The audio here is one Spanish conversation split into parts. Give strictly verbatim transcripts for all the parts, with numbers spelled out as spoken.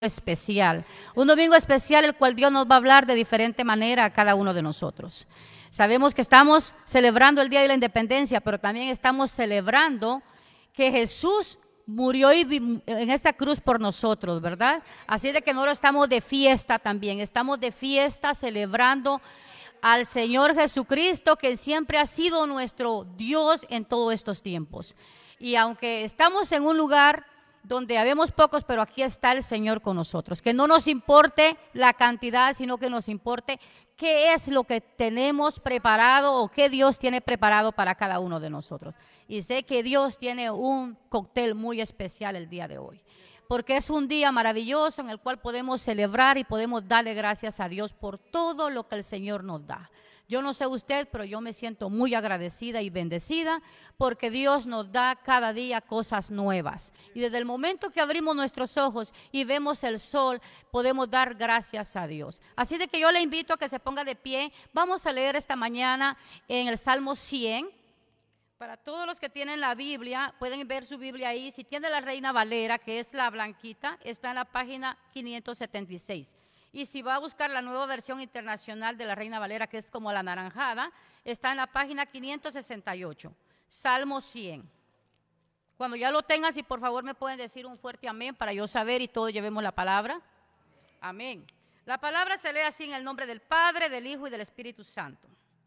especial, un domingo especial el cual Dios nos va a hablar de diferente manera a cada uno de nosotros. Sabemos que estamos celebrando el Día de la Independencia, pero también estamos celebrando que Jesús murió y en esa cruz por nosotros, ¿verdad? Así de que nosotros estamos de fiesta también, estamos de fiesta celebrando al Señor Jesucristo, que siempre ha sido nuestro Dios en todos estos tiempos. Y aunque estamos en un lugar donde habemos pocos, pero aquí está el Señor con nosotros. Que no nos importe la cantidad, sino que nos importe qué es lo que tenemos preparado o qué Dios tiene preparado para cada uno de nosotros. Y sé que Dios tiene un cóctel muy especial el día de hoy, porque es un día maravilloso en el cual podemos celebrar y podemos darle gracias a Dios por todo lo que el Señor nos da. Yo no sé usted, pero yo me siento muy agradecida y bendecida porque Dios nos da cada día cosas nuevas. Y desde el momento que abrimos nuestros ojos y vemos el sol, podemos dar gracias a Dios. Así de que yo le invito a que se ponga de pie. Vamos a leer esta mañana en el Salmo cien. Para todos los que tienen la Biblia, pueden ver su Biblia ahí. Si tiene la Reina Valera, que es la blanquita, está en la página quinientos setenta y seis. Y si va a buscar la nueva versión internacional de la Reina Valera, que es como la anaranjada, está en la página quinientos sesenta y ocho, Salmo cien. Cuando ya lo tengan, si por favor me pueden decir un fuerte amén para yo saber y todos llevemos la palabra. Amén. La palabra se lee así en el nombre del Padre, del Hijo y del Espíritu Santo.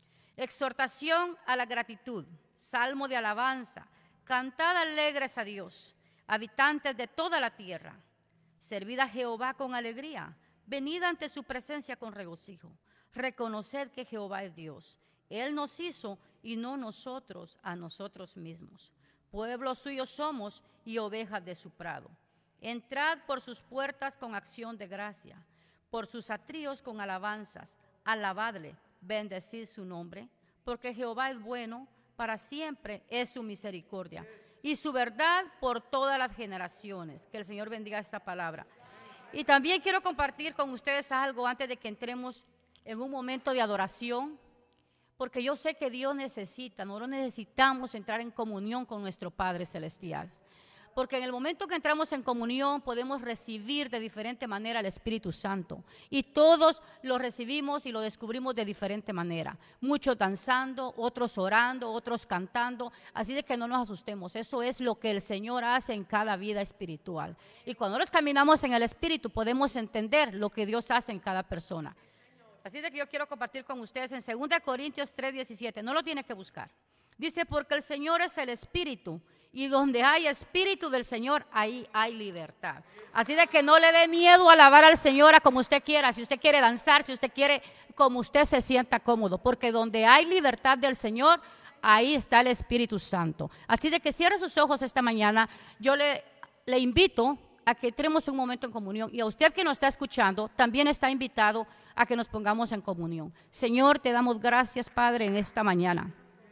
Exhortación a la gratitud, salmo de alabanza, cantad alegres a Dios, habitantes de toda la tierra. Servid a Jehová con alegría. Venid ante su presencia con regocijo. Reconoced que Jehová es Dios. Él nos hizo y no nosotros a nosotros mismos. Pueblo suyo somos y ovejas de su prado. Entrad por sus puertas con acción de gracia, por sus atrios con alabanzas. Alabadle, bendecid su nombre, porque Jehová es bueno, para siempre es su misericordia y su verdad por todas las generaciones. Que el Señor bendiga esta palabra. Y también quiero compartir con ustedes algo antes de que entremos en un momento de adoración, porque yo sé que Dios necesita, nosotros necesitamos entrar en comunión con nuestro Padre Celestial. Porque en el momento que entramos en comunión podemos recibir de diferente manera el Espíritu Santo. Y todos lo recibimos y lo descubrimos de diferente manera. Muchos danzando, otros orando, otros cantando. Así de que no nos asustemos. Eso es lo que el Señor hace en cada vida espiritual. Y cuando nosotros caminamos en el Espíritu podemos entender lo que Dios hace en cada persona. Así de que yo quiero compartir con ustedes en segunda Corintios tres diecisiete. No lo tiene que buscar. Dice, porque el Señor es el Espíritu. Y donde hay Espíritu del Señor, ahí hay libertad. Así de que no le dé miedo alabar al Señor a como usted quiera. Si usted quiere danzar, si usted quiere, como usted se sienta cómodo. Porque donde hay libertad del Señor, ahí está el Espíritu Santo. Así de que cierre sus ojos esta mañana. Yo le, le invito a que entremos un momento en comunión. Y a usted que nos está escuchando, también está invitado a que nos pongamos en comunión. Señor, te damos gracias, Padre, en esta mañana.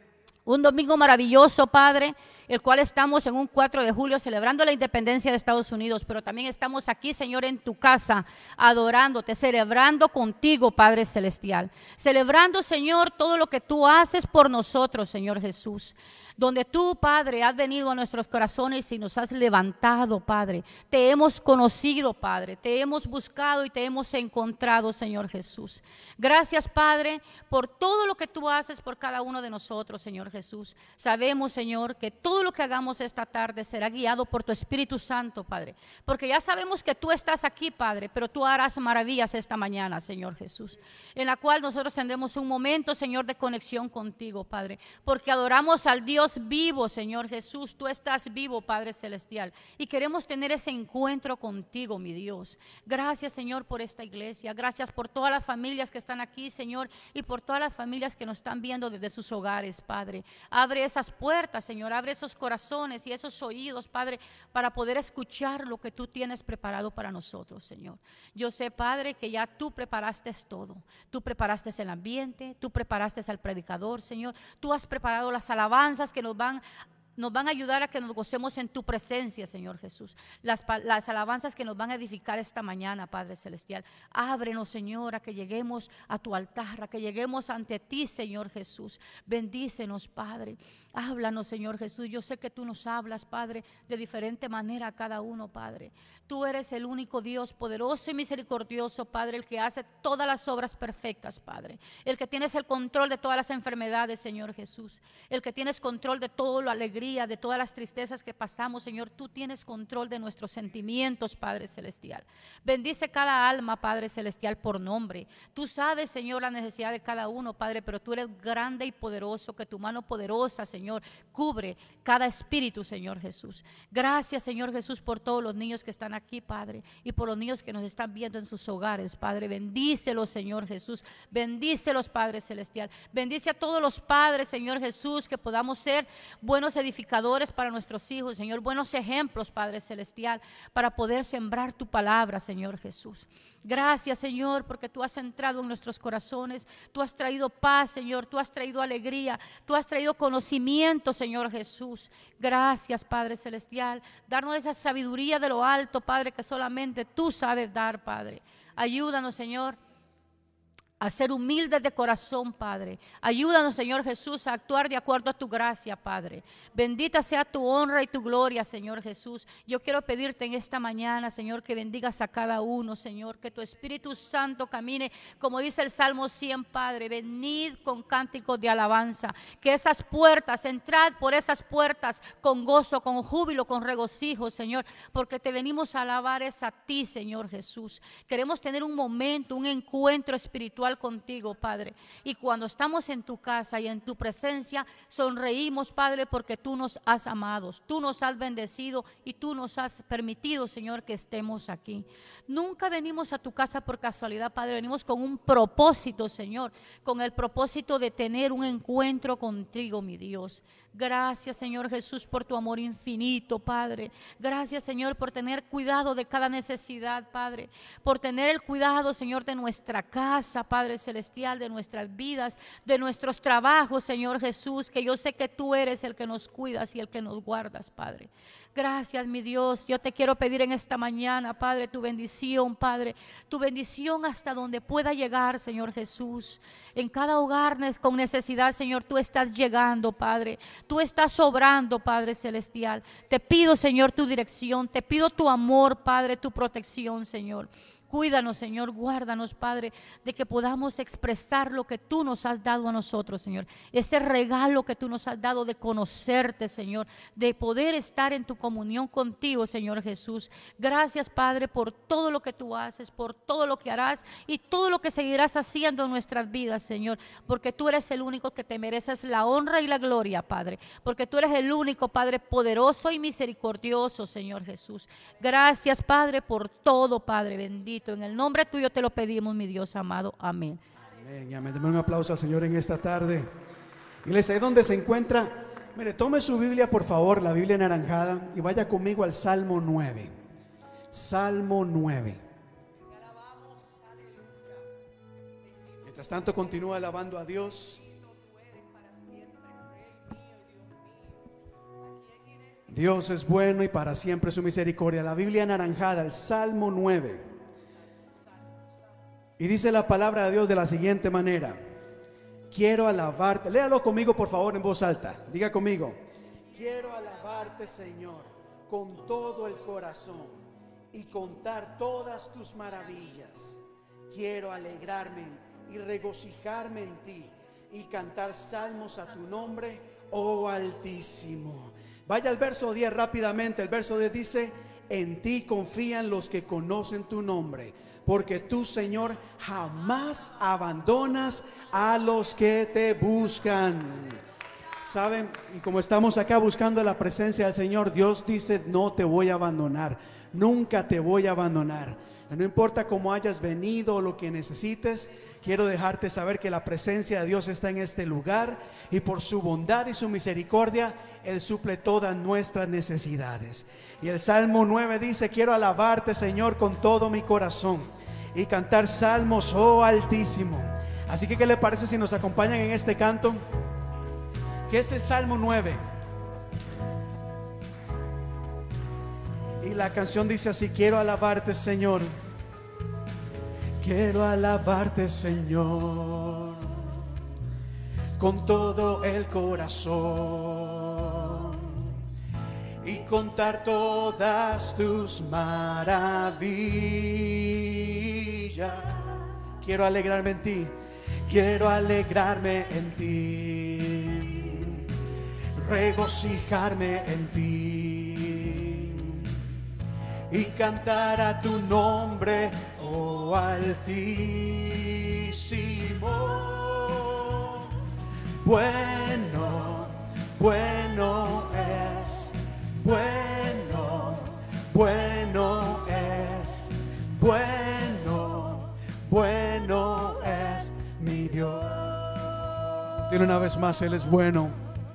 Un domingo maravilloso, Padre, el cual estamos en un cuatro de julio celebrando la independencia de Estados Unidos, pero también estamos aquí, Señor, en tu casa, adorándote, celebrando contigo, Padre Celestial. Celebrando, Señor, todo lo que tú haces por nosotros, Señor Jesús. Donde tú, Padre, has venido a nuestros corazones y nos has levantado, Padre. Te hemos conocido, Padre. Te hemos buscado y te hemos encontrado, Señor Jesús. Gracias, Padre, por todo lo que tú haces por cada uno de nosotros, Señor Jesús. Sabemos, Señor, que todo lo que hagamos esta tarde será guiado por tu Espíritu Santo, Padre. Porque ya sabemos que tú estás aquí, Padre, pero tú harás maravillas esta mañana, Señor Jesús. En la cual nosotros tendremos un momento, Señor, de conexión contigo, Padre. Porque adoramos al Dios vivo, Señor Jesús. Tú estás vivo, Padre Celestial, y queremos tener ese encuentro contigo, mi Dios. Gracias, Señor, por esta iglesia. Gracias por todas las familias que están aquí, Señor, y por todas las familias que nos están viendo desde sus hogares, Padre. Abre esas puertas, Señor, abre esos corazones y esos oídos, Padre, para poder escuchar lo que tú tienes preparado para nosotros, Señor. Yo sé, Padre, que ya tú preparaste todo. Tú preparaste el ambiente, tú preparaste al predicador, Señor. Tú has preparado las alabanzas que nos van nos van a ayudar a que nos gocemos en tu presencia, Señor Jesús. Las, las alabanzas que nos van a edificar esta mañana, Padre Celestial. Ábrenos, Señor, a que lleguemos a tu altar, a que lleguemos ante ti, Señor Jesús. Bendícenos, Padre. Háblanos, Señor Jesús. Yo sé que tú nos hablas, Padre, de diferente manera a cada uno, Padre. Tú eres el único Dios poderoso y misericordioso, Padre, el que hace todas las obras perfectas, Padre. El que tienes el control de todas las enfermedades, Señor Jesús. El que tienes control de toda la alegría, de todas las tristezas que pasamos, Señor. Tú tienes control de nuestros sentimientos, Padre Celestial. Bendice cada alma, Padre Celestial, por nombre. Tú sabes, Señor, la necesidad de cada uno, Padre, pero tú eres grande y poderoso, que tu mano poderosa, Señor, cubre cada espíritu, Señor Jesús. Gracias, Señor Jesús, por todos los niños que están aquí, Padre, y por los niños que nos están viendo en sus hogares, Padre. Bendícelos, Señor Jesús. Bendícelos, Padre Celestial. Bendice a todos los padres, Señor Jesús, que podamos ser buenos edificadores para nuestros hijos, Señor. Buenos ejemplos, Padre Celestial, para poder sembrar tu palabra, Señor Jesús. Gracias, Señor, porque tú has entrado en nuestros corazones. Tú has traído paz, Señor. Tú has traído alegría. Tú has traído conocimiento, Señor Jesús. Gracias, Padre Celestial. Darnos esa sabiduría de lo alto, Padre, que solamente tú sabes dar, Padre. Ayúdanos, Señor, a ser humildes de corazón, Padre. Ayúdanos, Señor Jesús, a actuar de acuerdo a tu gracia, Padre. Bendita sea tu honra y tu gloria, Señor Jesús. Yo quiero pedirte en esta mañana, Señor, que bendigas a cada uno, Señor, que tu Espíritu Santo camine, como dice el Salmo cien, Padre. Venid con cánticos de alabanza, que esas puertas, entrad por esas puertas con gozo, con júbilo, con regocijo, Señor, porque te venimos a alabar es a ti, Señor Jesús. Queremos tener un momento, un encuentro espiritual contigo, Padre, y cuando estamos en tu casa y en tu presencia, sonreímos, Padre, porque tú nos has amado, tú nos has bendecido y tú nos has permitido, Señor, que estemos aquí. Nunca venimos a tu casa por casualidad, Padre, venimos con un propósito, Señor, con el propósito de tener un encuentro contigo, mi Dios. Gracias, Señor Jesús, por tu amor infinito, Padre. Gracias, Señor, por tener cuidado de cada necesidad, Padre. Por tener el cuidado, Señor, de nuestra casa, Padre Celestial, de nuestras vidas, de nuestros trabajos, Señor Jesús, que yo sé que tú eres el que nos cuidas y el que nos guardas, Padre. Gracias, mi Dios. Yo te quiero pedir en esta mañana, Padre, tu bendición, Padre. Tu bendición hasta donde pueda llegar, Señor Jesús. En cada hogar con necesidad, Señor, tú estás llegando, Padre. Tú estás obrando, Padre Celestial. Te pido, Señor, tu dirección. Te pido tu amor, Padre, tu protección, Señor. Cuídanos, Señor, guárdanos, Padre, de que podamos expresar lo que tú nos has dado a nosotros, Señor. Ese regalo que tú nos has dado de conocerte, Señor, de poder estar en tu comunión contigo, Señor Jesús. Gracias, Padre, por todo lo que tú haces, por todo lo que harás y todo lo que seguirás haciendo en nuestras vidas, Señor, porque tú eres el único que te mereces la honra y la gloria, Padre, porque tú eres el único, Padre, poderoso y misericordioso, Señor Jesús. Gracias, Padre, por todo, Padre bendito. En el nombre tuyo te lo pedimos, mi Dios amado. Amén. Amén y amén. Deme un aplauso al Señor en esta tarde. Iglesia, ahí donde se encuentra, mire, tome su Biblia, por favor, la Biblia anaranjada, y vaya conmigo al Salmo nueve. Salmo nueve. Mientras tanto, continúa alabando a Dios. Dios es bueno y para siempre su misericordia. La Biblia anaranjada, el Salmo nueve. Y dice la palabra de Dios de la siguiente manera: quiero alabarte. Léalo conmigo, por favor, en voz alta. Diga conmigo: quiero alabarte, Señor, con todo el corazón y contar todas tus maravillas. Quiero alegrarme y regocijarme en ti y cantar salmos a tu nombre, oh Altísimo. Vaya al verso diez rápidamente. El verso diez dice: en ti confían los que conocen tu nombre, porque tú, Señor, jamás abandonas a los que te buscan. ¿Saben? Y como estamos acá buscando la presencia del Señor, Dios dice: no te voy a abandonar, nunca te voy a abandonar. No importa cómo hayas venido o lo que necesites, quiero dejarte saber que la presencia de Dios está en este lugar, y por su bondad y su misericordia Él suple todas nuestras necesidades. Y el Salmo nueve dice: quiero alabarte, Señor, con todo mi corazón y cantar salmos, oh Altísimo. Así que, ¿qué le parece si nos acompañan en este canto? ¿Qué es el Salmo nueve? Y la canción dice así: quiero alabarte, Señor. Quiero alabarte, Señor, con todo el corazón y contar todas tus maravillas. Quiero alegrarme en ti, quiero alegrarme en ti, regocijarme en ti y cantar a tu nombre, oh Altísimo. Bueno, bueno es, bueno, bueno es, bueno, bueno es mi Dios. Dile una vez más: Él es bueno.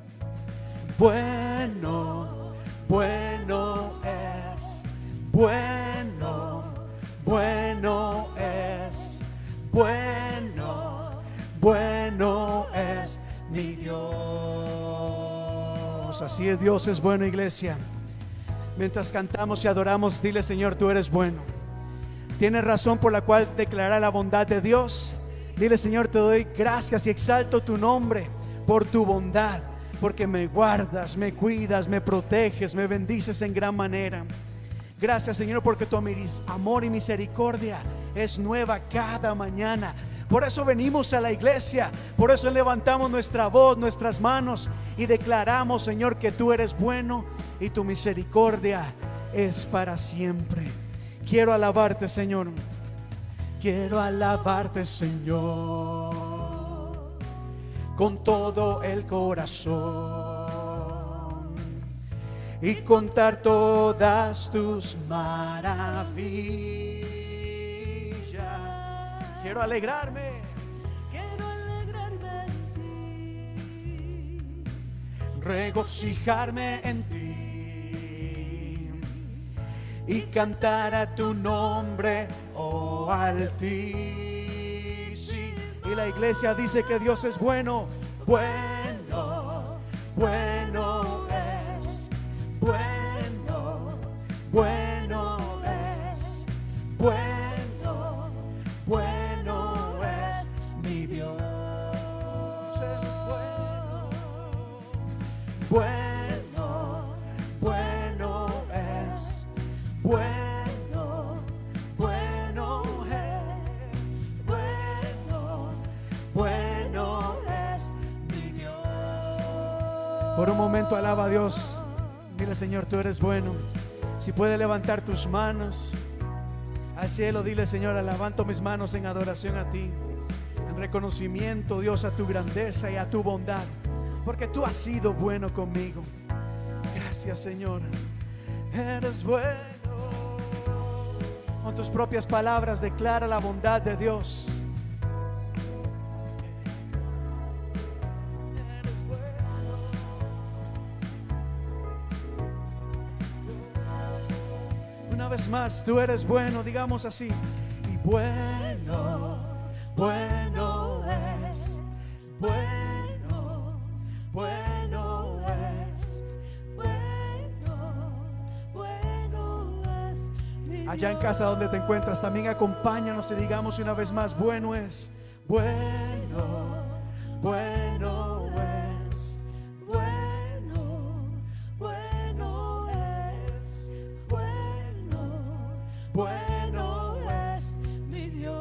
Bueno, bueno es, bueno, bueno es, bueno, bueno es mi Dios. Así es, Dios es bueno, iglesia. Mientras cantamos y adoramos, dile: Señor, tú eres bueno. ¿Tienes razón por la cual declarar la bondad de Dios? Dile: Señor, te doy gracias y exalto tu nombre por tu bondad, porque me guardas, me cuidas, me proteges, me bendices en gran manera. Gracias, Señor, porque tu amor y misericordia es nueva cada mañana. Por eso venimos a la iglesia, por eso levantamos nuestra voz, nuestras manos y declaramos, Señor, que tú eres bueno y tu misericordia es para siempre. Quiero alabarte, Señor. Quiero alabarte, Señor, con todo el corazón y contar todas tus maravillas. Quiero alegrarme, quiero alegrarme en ti, regocijarme en ti y cantar a tu nombre, oh Altísimo. Y la iglesia dice que Dios es bueno. Bueno, bueno es, bueno, bueno es, bueno, bueno es mi Dios. Él es bueno, bueno, bueno es, bueno, bueno es, bueno, bueno es mi Dios. Por un momento alaba a Dios. Dile: Señor, tú eres bueno. Si puedes levantar tus manos al cielo, dile: Señor, levanto mis manos en adoración a ti, en reconocimiento, Dios, a tu grandeza y a tu bondad, porque tú has sido bueno conmigo. Gracias, Señor. Eres bueno. Con tus propias palabras declara la bondad de Dios. Eres bueno. Una vez más, tú eres bueno, digamos así. Y bueno, bueno es, bueno, bueno es, bueno, bueno es mi Dios. Allá en casa donde te encuentras, también acompáñanos y digamos una vez más: bueno es, bueno, bueno es, bueno, bueno es, bueno, bueno es mi Dios.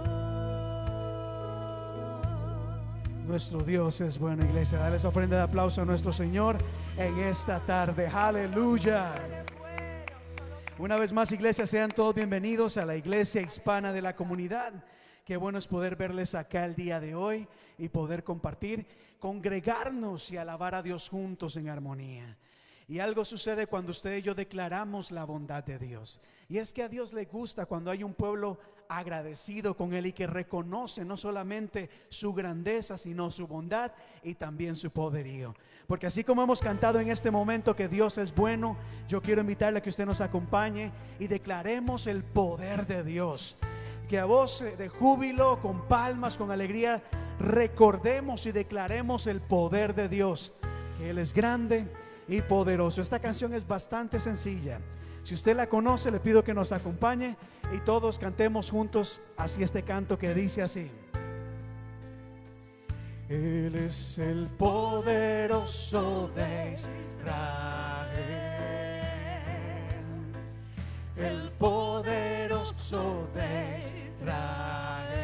Nuestro Dios es bueno, iglesia. Dale esa ofrenda de aplauso a nuestro Señor en esta tarde. Aleluya. Una vez más, iglesia, sean todos bienvenidos a la iglesia hispana de la comunidad. Qué bueno es poder verles acá el día de hoy y poder compartir, congregarnos y alabar a Dios juntos en armonía. Y algo sucede cuando usted y yo declaramos la bondad de Dios. Y es que a Dios le gusta cuando hay un pueblo agradecido con Él y que reconoce no solamente su grandeza, sino su bondad y también su poderío. Porque así como hemos cantado en este momento que Dios es bueno, yo quiero invitarle a que usted nos acompañe y declaremos el poder de Dios. Que a voz de júbilo, con palmas, con alegría, recordemos y declaremos el poder de Dios, que Él es grande y poderoso. Esta canción es bastante sencilla. Si usted la conoce, le pido que nos acompañe y todos cantemos juntos así este canto que dice así. Él es el poderoso de Israel, el poderoso de Israel.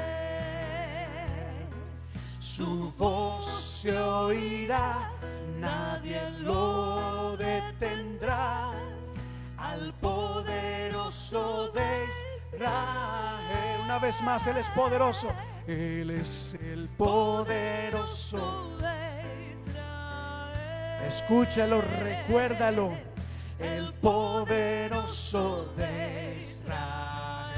Su voz se oirá, nadie lo detendrá, al poderoso de Israel. Una vez más, Él es poderoso. Él es el poderoso de Israel. Escúchalo, recuérdalo. El poderoso de Israel.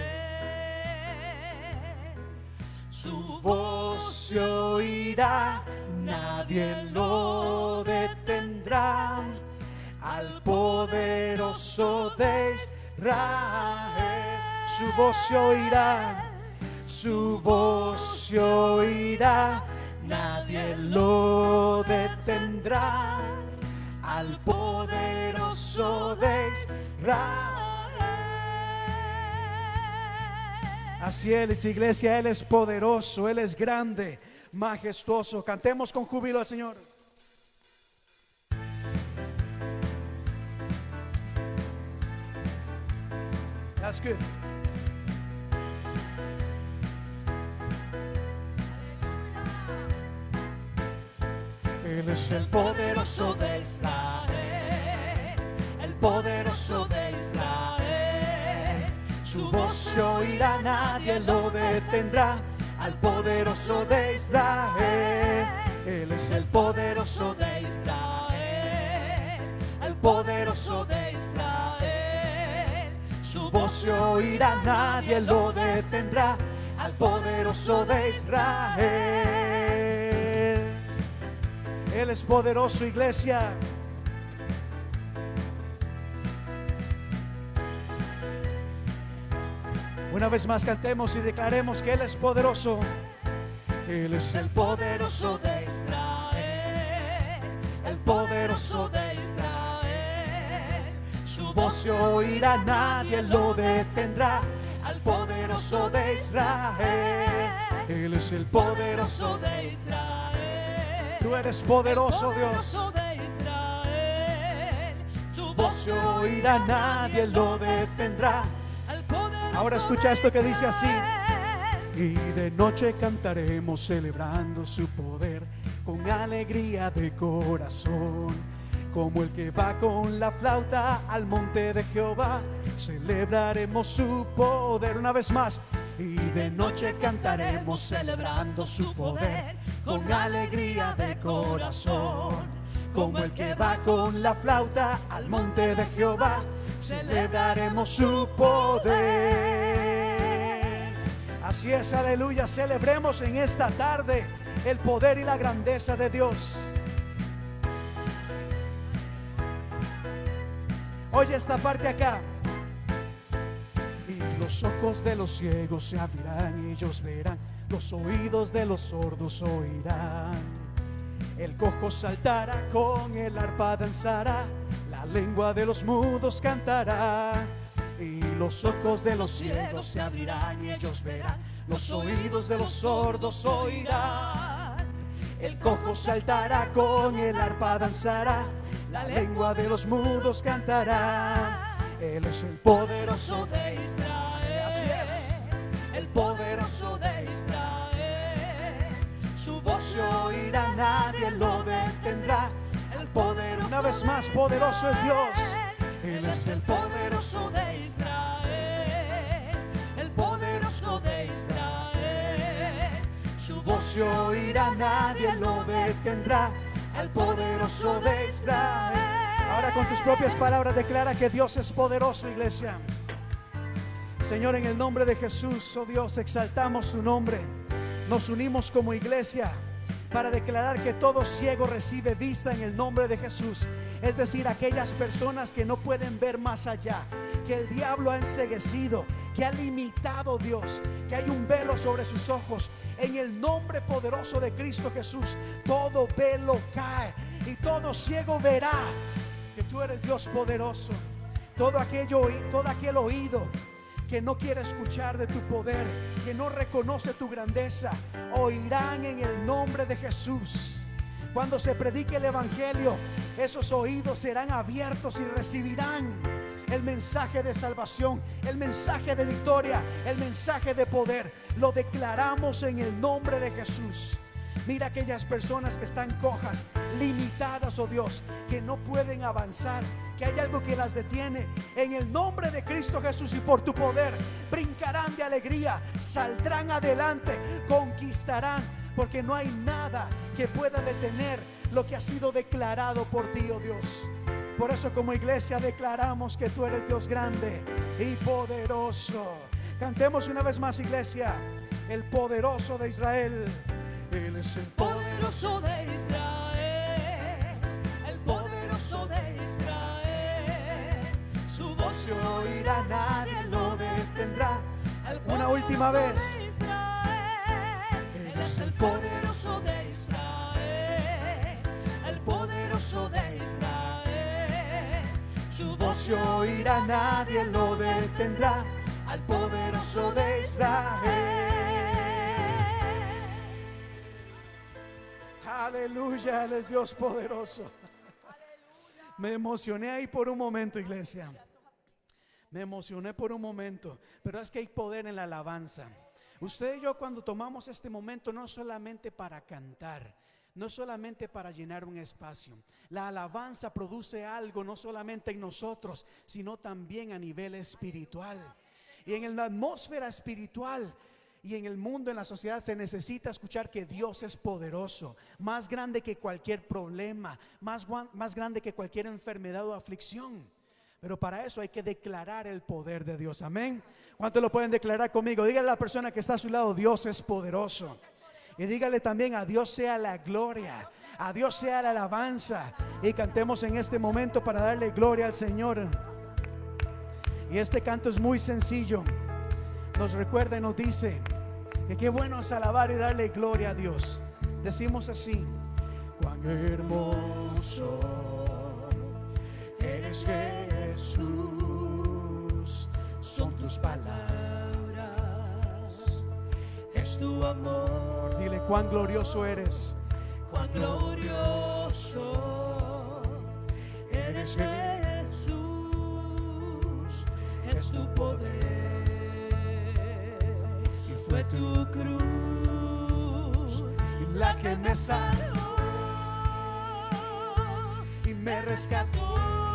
Su voz se oirá, nadie lo detendrá, al poderoso de Israel. Su voz se oirá, su voz se oirá, nadie lo detendrá, al poderoso de Israel. Así es, iglesia, Él es poderoso, Él es grande, majestuoso. Cantemos con júbilo al Señor. That's good. Él es el poderoso de Israel, el poderoso de Israel. Su voz se oirá, nadie lo detendrá, al poderoso de Israel. Él es el poderoso de Israel, el poderoso de Israel. Su voz se oirá, nadie lo detendrá, al poderoso de Israel. Él es poderoso, iglesia. Una vez más cantemos y declaremos que Él es poderoso. Él es el poderoso de Israel, el poderoso de Israel. Su voz se oirá, nadie lo detendrá, al poderoso de Israel. Él es el poderoso de Israel. Tú eres poderoso, Dios. Su voz se oirá, nadie lo detendrá. Ahora escucha esto que dice así. Y de noche cantaremos celebrando su poder con alegría de corazón, como el que va con la flauta al monte de Jehová. Celebraremos su poder. Una vez más. Y de noche cantaremos celebrando su poder con alegría de corazón, como el que va con la flauta al monte de Jehová. Celebraremos su poder. Así es, aleluya. Celebremos en esta tarde el poder y la grandeza de Dios. Oye esta parte acá. Y los ojos de los ciegos se abrirán y ellos verán, los oídos de los sordos oirán. El cojo saltará, con el arpa danzará, la lengua de los mudos cantará. Y los ojos de los ciegos se abrirán y ellos verán, los oídos de los sordos oirán. El cojo saltará, con el arpa danzará, la lengua de los mudos cantará. Él es el poderoso de Israel. Así es, el poderoso de Israel. Su voz se oirá, nadie lo detendrá. El poder, una vez más, poderoso es Dios. Él es el poderoso de Israel, el poderoso de Israel. Su voz se oirá, nadie lo detendrá. El poderoso de Israel. Ahora con tus propias palabras declara que Dios es poderoso, iglesia. Señor, en el nombre de Jesús, oh Dios, exaltamos su nombre. Nos unimos como iglesia para declarar que todo ciego recibe vista en el nombre de Jesús. Es decir, aquellas personas que no pueden ver más allá, que el diablo ha enceguecido, que ha limitado, Dios, que hay un velo sobre sus ojos. En el nombre poderoso de Cristo Jesús, todo velo cae y todo ciego verá que tú eres Dios poderoso. todo aquello, todo aquel oído que no quiere escuchar de tu poder, que no reconoce tu grandeza, oirán en el nombre de Jesús. Cuando se predique el evangelio, esos oídos serán abiertos y recibirán el mensaje de salvación, el mensaje de victoria, el mensaje de poder. Lo declaramos en el nombre de Jesús. Mira aquellas personas que están cojas, limitadas, oh Dios, que no pueden avanzar, que hay algo que las detiene. En el nombre de Cristo Jesús y por tu poder, brincarán de alegría, saldrán adelante, conquistarán, porque no hay nada que pueda detener lo que ha sido declarado por ti, oh Dios. Por eso como iglesia declaramos que tú eres Dios grande y poderoso. Cantemos una vez más, iglesia, el poderoso de Israel. Él es el poderoso de Israel, el poderoso de Israel. Su voz se oirá, nadie lo detendrá. Una última vez. Él es el poderoso de Israel, el poderoso de Israel. Su voz se oirá, nadie lo detendrá. Al poderoso de Israel. Aleluya, Él es Dios poderoso. Aleluya. Me emocioné ahí por un momento, iglesia. Me emocioné por un momento. Pero es que hay poder en la alabanza. Usted y yo, cuando tomamos este momento, no solamente para cantar, no solamente para llenar un espacio. La alabanza produce algo no solamente en nosotros, sino también a nivel espiritual. Y en la atmósfera espiritual y en el mundo, en la sociedad, se necesita escuchar que Dios es poderoso, más grande que cualquier problema, más, más grande que cualquier enfermedad o aflicción. Pero para eso hay que declarar el poder de Dios. Amén. ¿Cuántos lo pueden declarar conmigo? Dígale a la persona que está a su lado: Dios es poderoso. Y dígale también: a Dios sea la gloria, a Dios sea la alabanza. Y cantemos en este momento para darle gloria al Señor. Y este canto es muy sencillo. Nos recuerda y nos dice que qué bueno es alabar y darle gloria a Dios. Decimos así: cuán hermoso eres, Jesús, son tus palabras, es tu amor. Dile: cuán glorioso eres, cuán glorioso eres, Jesús, es tu poder. Fue tu cruz la que me salvó y me rescató.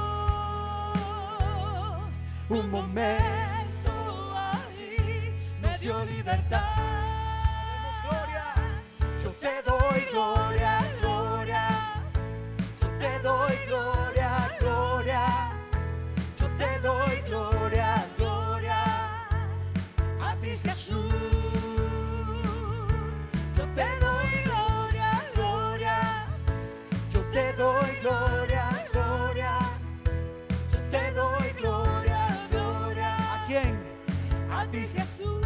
Un momento ahí me dio libertad. Gloria, yo te doy gloria, gloria. Yo te doy gloria, gloria. Yo te doy gloria, gloria. A ti, Jesús. Te doy gloria, gloria. Yo te doy gloria, gloria. Yo te doy gloria, gloria. ¿a quién? A ti, Jesús.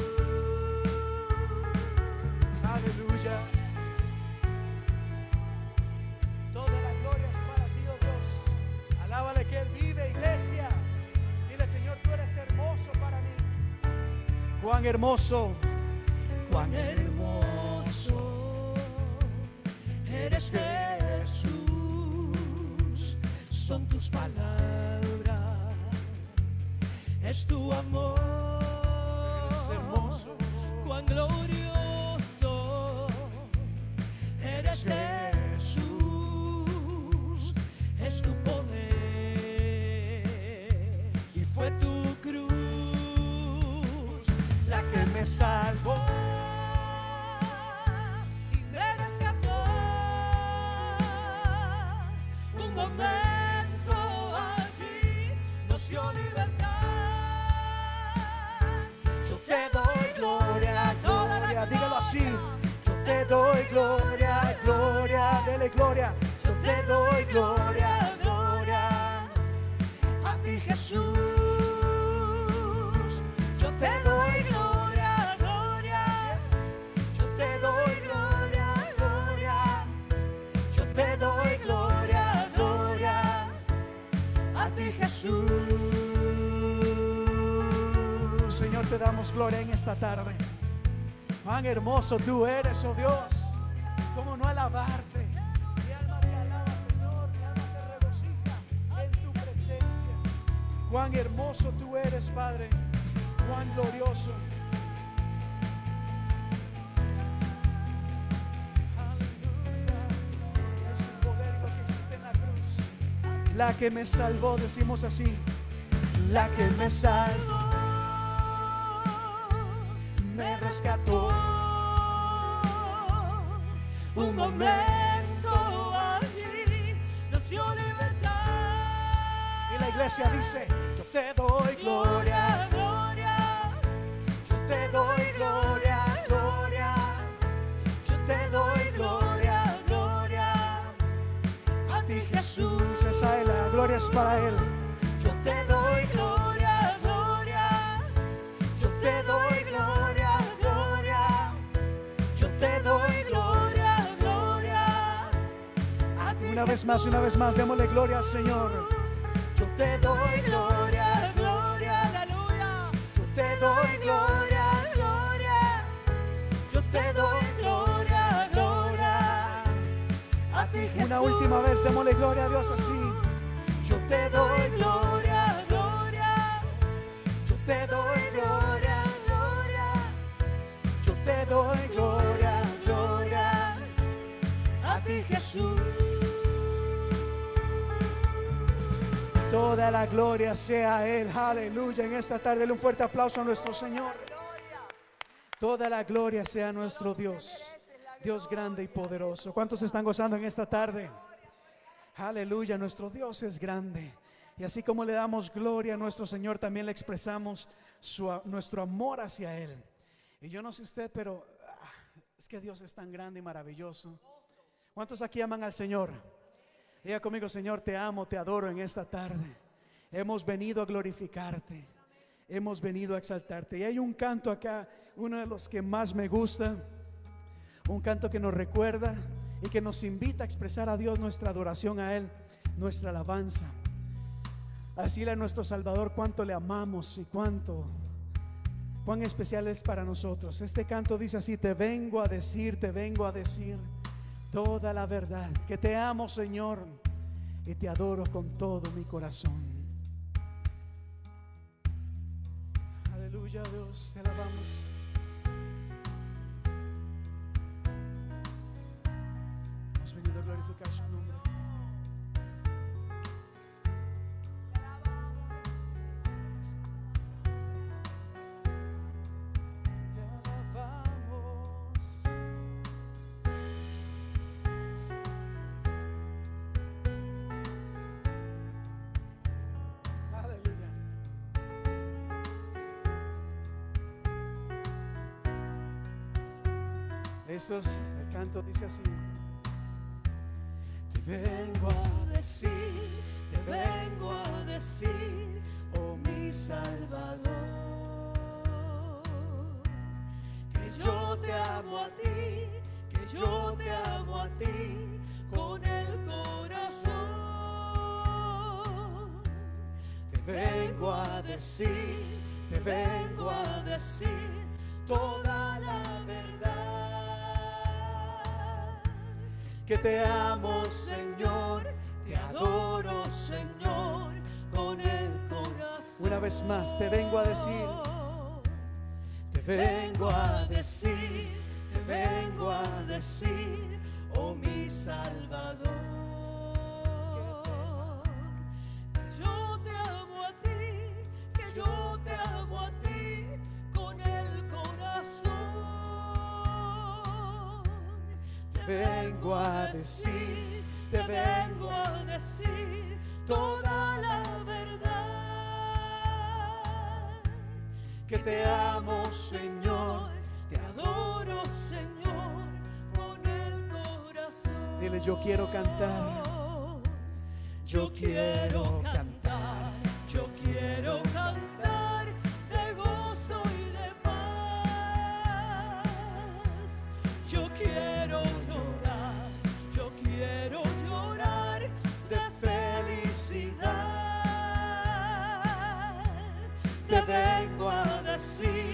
Aleluya. Toda la gloria es para ti, oh Dios. Alábale que Él vive, iglesia. Dile: Señor, tú eres hermoso para mí. Cuán hermoso, cuán hermoso eres, Jesús, son tus palabras, es tu amor. eres hermoso. Cuán glorioso eres, Jesús, es tu poder. Y fue tu cruz la que me salvó. Yo te doy gloria, gloria, dígalo así. Yo te doy gloria, gloria, dele gloria. Yo te doy gloria, gloria. A ti, Jesús. Yo te doy gloria, gloria. Yo te doy gloria, gloria. Yo te doy gloria, gloria. A ti, Jesús. te damos gloria en esta tarde. Cuán hermoso tú eres, oh Dios. Cómo no alabarte. Mi alma te alaba, Señor. Mi alma se regocija en tu presencia. Cuán hermoso tú eres, Padre. Cuán glorioso. Aleluya. Es un poder lo que existe en la cruz. La que me salvó, decimos así. La que me salvó, me rescató. Un momento allí nos dio libertad. Y la iglesia dice: yo te doy gloria, gloria. Yo te doy gloria, gloria. Yo te doy gloria, gloria. A ti, Jesús. Esa es la gloria, es para Él. Yo te doy gloria, gloria. Yo te doy gloria, gloria. Yo te doy gloria, gloria. A ti, una vez más, una vez más, démosle gloria al Señor. Yo te doy gloria, gloria, aleluya. Yo te doy gloria, gloria. Yo te doy gloria, gloria. A ti, Jesús. Una última vez, démosle gloria a Dios así. Yo te doy gloria, gloria. Yo te doy gloria, gloria. Yo te doy gloria, gloria. A ti, Jesús. Toda la gloria sea a Él. Aleluya. En esta tarde, dale un fuerte aplauso a nuestro Señor. Toda la gloria sea a nuestro Dios. Dios grande y poderoso. ¿Cuántos están gozando en esta tarde? Aleluya, nuestro Dios es grande. Y así como le damos gloria a nuestro Señor, también le expresamos su, nuestro amor hacia Él. Y yo no sé usted, pero ah, es que Dios es tan grande y maravilloso. ¿Cuántos aquí aman al Señor? Diga conmigo: Señor, te amo, te adoro en esta tarde. Hemos venido a glorificarte. Hemos venido a exaltarte. Y hay un canto acá, uno de los que más me gusta. Un canto que nos recuerda y que nos invita a expresar a Dios nuestra adoración a Él, nuestra alabanza. A decirle a nuestro Salvador cuánto le amamos y cuánto, cuán especial es para nosotros. Este canto dice así: te vengo a decir, te vengo a decir toda la verdad, que te amo, Señor, y te adoro con todo mi corazón. Aleluya, Dios, te alabamos. Hemos venido a glorificar su nombre. Te alabamos. Aleluya. ¿Listos? El canto dice así: te vengo a decir, te vengo a decir, oh mi Salvador, que yo te amo a ti, que yo te amo a ti con el corazón. Te vengo a decir, te vengo a decir toda la verdad. Que te amo, Señor, te adoro, Señor, con el corazón. Una vez más te vengo a decir, te vengo a decir, te vengo a decir, oh mi Salvador, que yo te amo a ti, que yo te amo a ti con el corazón. Te vengo a decir, te vengo a decir toda la verdad. Que te amo, Señor, te adoro, Señor, con el corazón. Dile: yo quiero cantar, yo quiero cantar, yo quiero cantar de gozo y de paz. Yo quiero llorar, yo quiero llorar de felicidad. Te vengo a decir,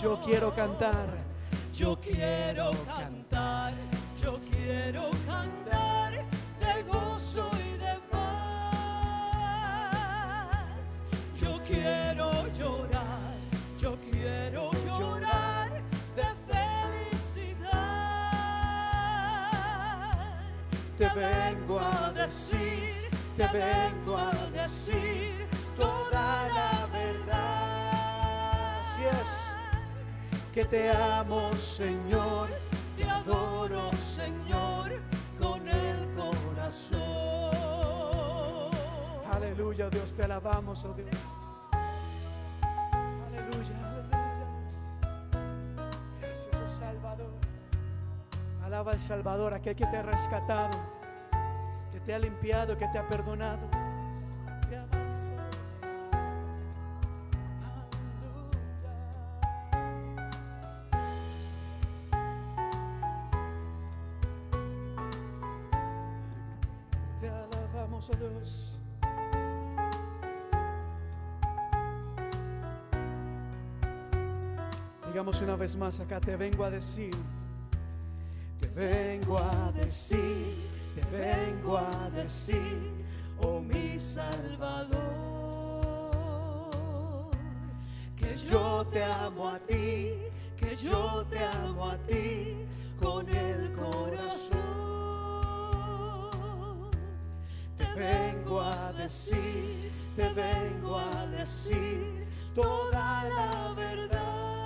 Yo quiero cantar. Yo quiero cantar, yo quiero cantar de gozo y de paz. Yo quiero llorar, yo quiero llorar de felicidad. Te vengo a decir, te vengo a decir toda la verdad. Así es. Que te amo, Señor, te adoro, Señor, con el corazón. Aleluya, Dios, te alabamos, oh Dios. Aleluya, aleluya, Dios. Gracias, oh Salvador. Alaba al Salvador, aquel que te ha rescatado, que te ha limpiado, que te ha perdonado. Te amamos, oh Dios. Digamos una vez más acá, te vengo a decir, te vengo a decir, te vengo a decir, oh mi Salvador, que yo te amo a ti, que yo te amo a ti con el corazón. Te vengo a decir, te vengo a decir toda la verdad.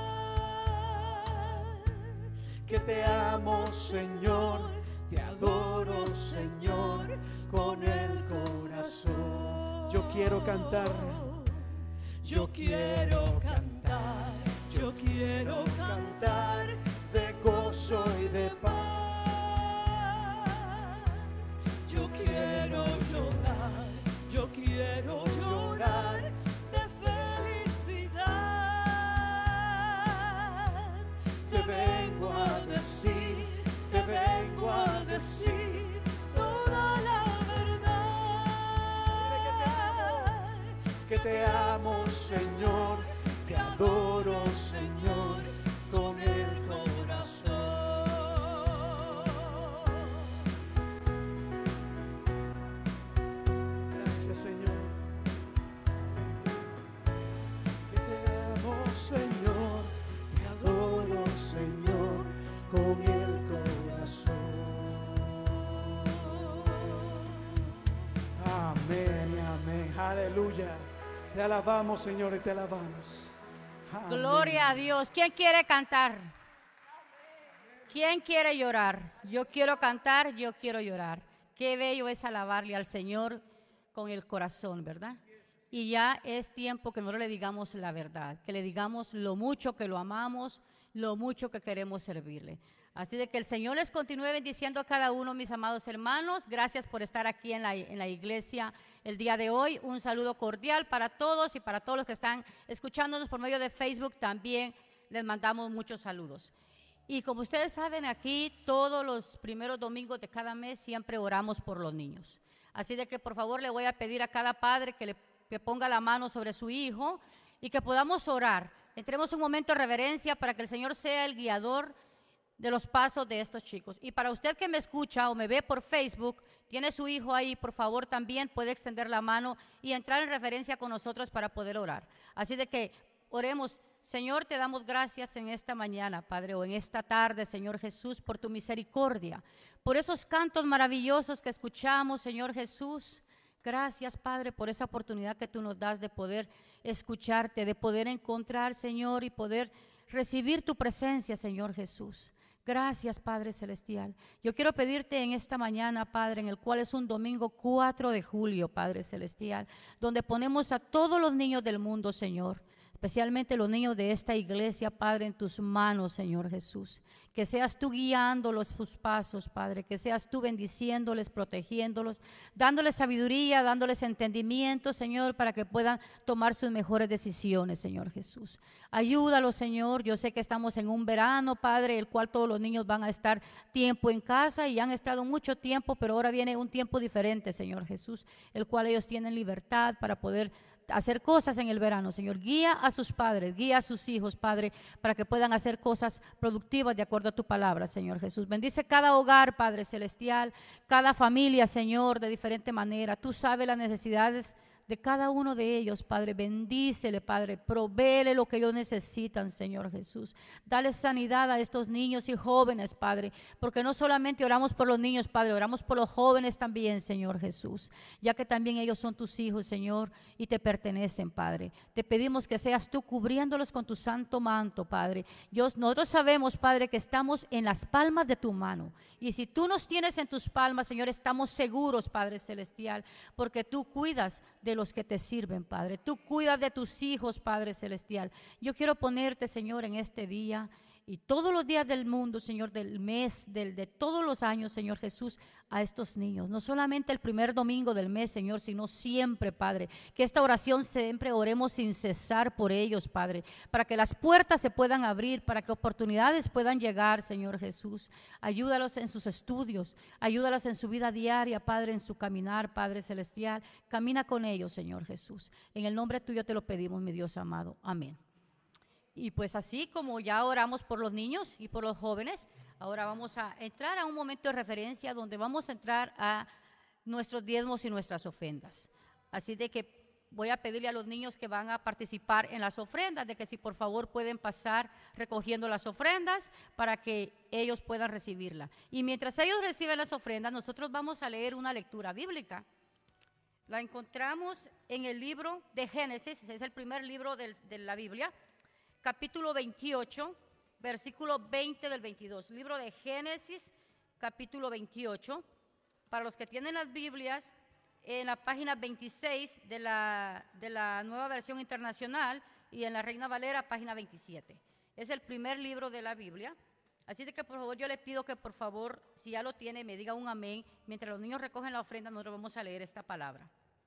Que te amo, Señor, te adoro, Señor, con el corazón. Yo quiero cantar, yo quiero cantar, yo quiero cantar de gozo y de paz. Yo quiero llorar, yo quiero llorar de felicidad. Te vengo a decir, te vengo a decir toda la verdad. Que te amo, Señor, te adoro, Señor, con el corazón. Señor, que te amo, Señor, te adoro, Señor, con el corazón. Amén, amén, aleluya. Te alabamos, Señor, y te alabamos. Amén. Gloria a Dios. ¿Quién quiere cantar? ¿Quién quiere llorar? Yo quiero cantar, yo quiero llorar. Qué bello es alabarle al Señor con el corazón, ¿verdad? Y ya es tiempo que nosotros le digamos la verdad, que le digamos lo mucho que lo amamos, lo mucho que queremos servirle. Así de que el Señor les continúe bendiciendo a cada uno, mis amados hermanos. Gracias por estar aquí en la, en la iglesia el día de hoy. Un saludo cordial para todos y para todos los que están escuchándonos por medio de Facebook. También les mandamos muchos saludos. Y como ustedes saben, aquí todos los primeros domingos de cada mes siempre oramos por los niños. Así de que por favor le voy a pedir a cada padre que le que ponga la mano sobre su hijo y que podamos orar. Entremos un momento de reverencia para que el Señor sea el guiador de los pasos de estos chicos. Y para usted que me escucha o me ve por Facebook, tiene su hijo ahí, por favor también puede extender la mano y entrar en referencia con nosotros para poder orar. Así de que oremos. Señor, te damos gracias en esta mañana, Padre, o en esta tarde, Señor Jesús, por tu misericordia, por esos cantos maravillosos que escuchamos, Señor Jesús. Gracias, Padre, por esa oportunidad que tú nos das de poder escucharte, de poder encontrar, Señor, y poder recibir tu presencia, Señor Jesús. Gracias, Padre Celestial. Yo quiero pedirte en esta mañana, Padre, en el cual es un domingo cuatro de julio, Padre Celestial, donde ponemos a todos los niños del mundo, Señor, especialmente los niños de esta iglesia, Padre, en tus manos, Señor Jesús. Que seas tú guiándolos sus pasos, Padre, que seas tú bendiciéndoles, protegiéndolos, dándoles sabiduría, dándoles entendimiento, Señor, para que puedan tomar sus mejores decisiones, Señor Jesús. Ayúdalos, Señor. Yo sé que estamos en un verano, Padre, el cual todos los niños van a estar tiempo en casa y han estado mucho tiempo, pero ahora viene un tiempo diferente, Señor Jesús, el cual ellos tienen libertad para poder hacer cosas en el verano, Señor. Guía a sus padres, guía a sus hijos, Padre, para que puedan hacer cosas productivas de acuerdo a tu palabra, Señor Jesús. Bendice cada hogar, Padre celestial, cada familia, Señor, de diferente manera. Tú sabes las necesidades de cada uno de ellos, Padre. Bendícele, Padre, provéele lo que ellos necesitan, Señor Jesús. Dale sanidad a estos niños y jóvenes, Padre, porque no solamente oramos por los niños, Padre, oramos por los jóvenes también, Señor Jesús, ya que también ellos son tus hijos, Señor, y te pertenecen, Padre. Te pedimos que seas tú cubriéndolos con tu santo manto, Padre. Dios, nosotros sabemos, Padre, que estamos en las palmas de tu mano, y si tú nos tienes en tus palmas, Señor, estamos seguros, Padre celestial, porque tú cuidas de los que te sirven, Padre. Tú cuidas de tus hijos, Padre celestial. Yo quiero ponerte, Señor, en este día y todos los días del mundo, Señor, del mes, del, de todos los años, Señor Jesús, a estos niños. No solamente el primer domingo del mes, Señor, sino siempre, Padre. Que esta oración siempre oremos sin cesar por ellos, Padre, para que las puertas se puedan abrir, para que oportunidades puedan llegar, Señor Jesús. Ayúdalos en sus estudios, ayúdalos en su vida diaria, Padre, en su caminar, Padre celestial. Camina con ellos, Señor Jesús. En el nombre tuyo te lo pedimos, mi Dios amado. Amén. Y pues así como ya oramos por los niños y por los jóvenes, ahora vamos a entrar a un momento de referencia donde vamos a entrar a nuestros diezmos y nuestras ofrendas. Así de que voy a pedirle a los niños que van a participar en las ofrendas, de que si por favor pueden pasar recogiendo las ofrendas para que ellos puedan recibirla. Y mientras ellos reciben las ofrendas, nosotros vamos a leer una lectura bíblica. La encontramos en el libro de Génesis, es el primer libro de, de la Biblia, capítulo veintiocho, versículo veinte del veintidós. Libro de Génesis, capítulo veintiocho. Para los que tienen las Biblias, en la página veintiséis de la, de la Nueva Versión Internacional y en la Reina Valera, página veintisiete. Es el primer libro de la Biblia. Así de que por favor yo le pido que por favor, si ya lo tiene, me diga un amén. Mientras los niños recogen la ofrenda, nosotros vamos a leer esta palabra.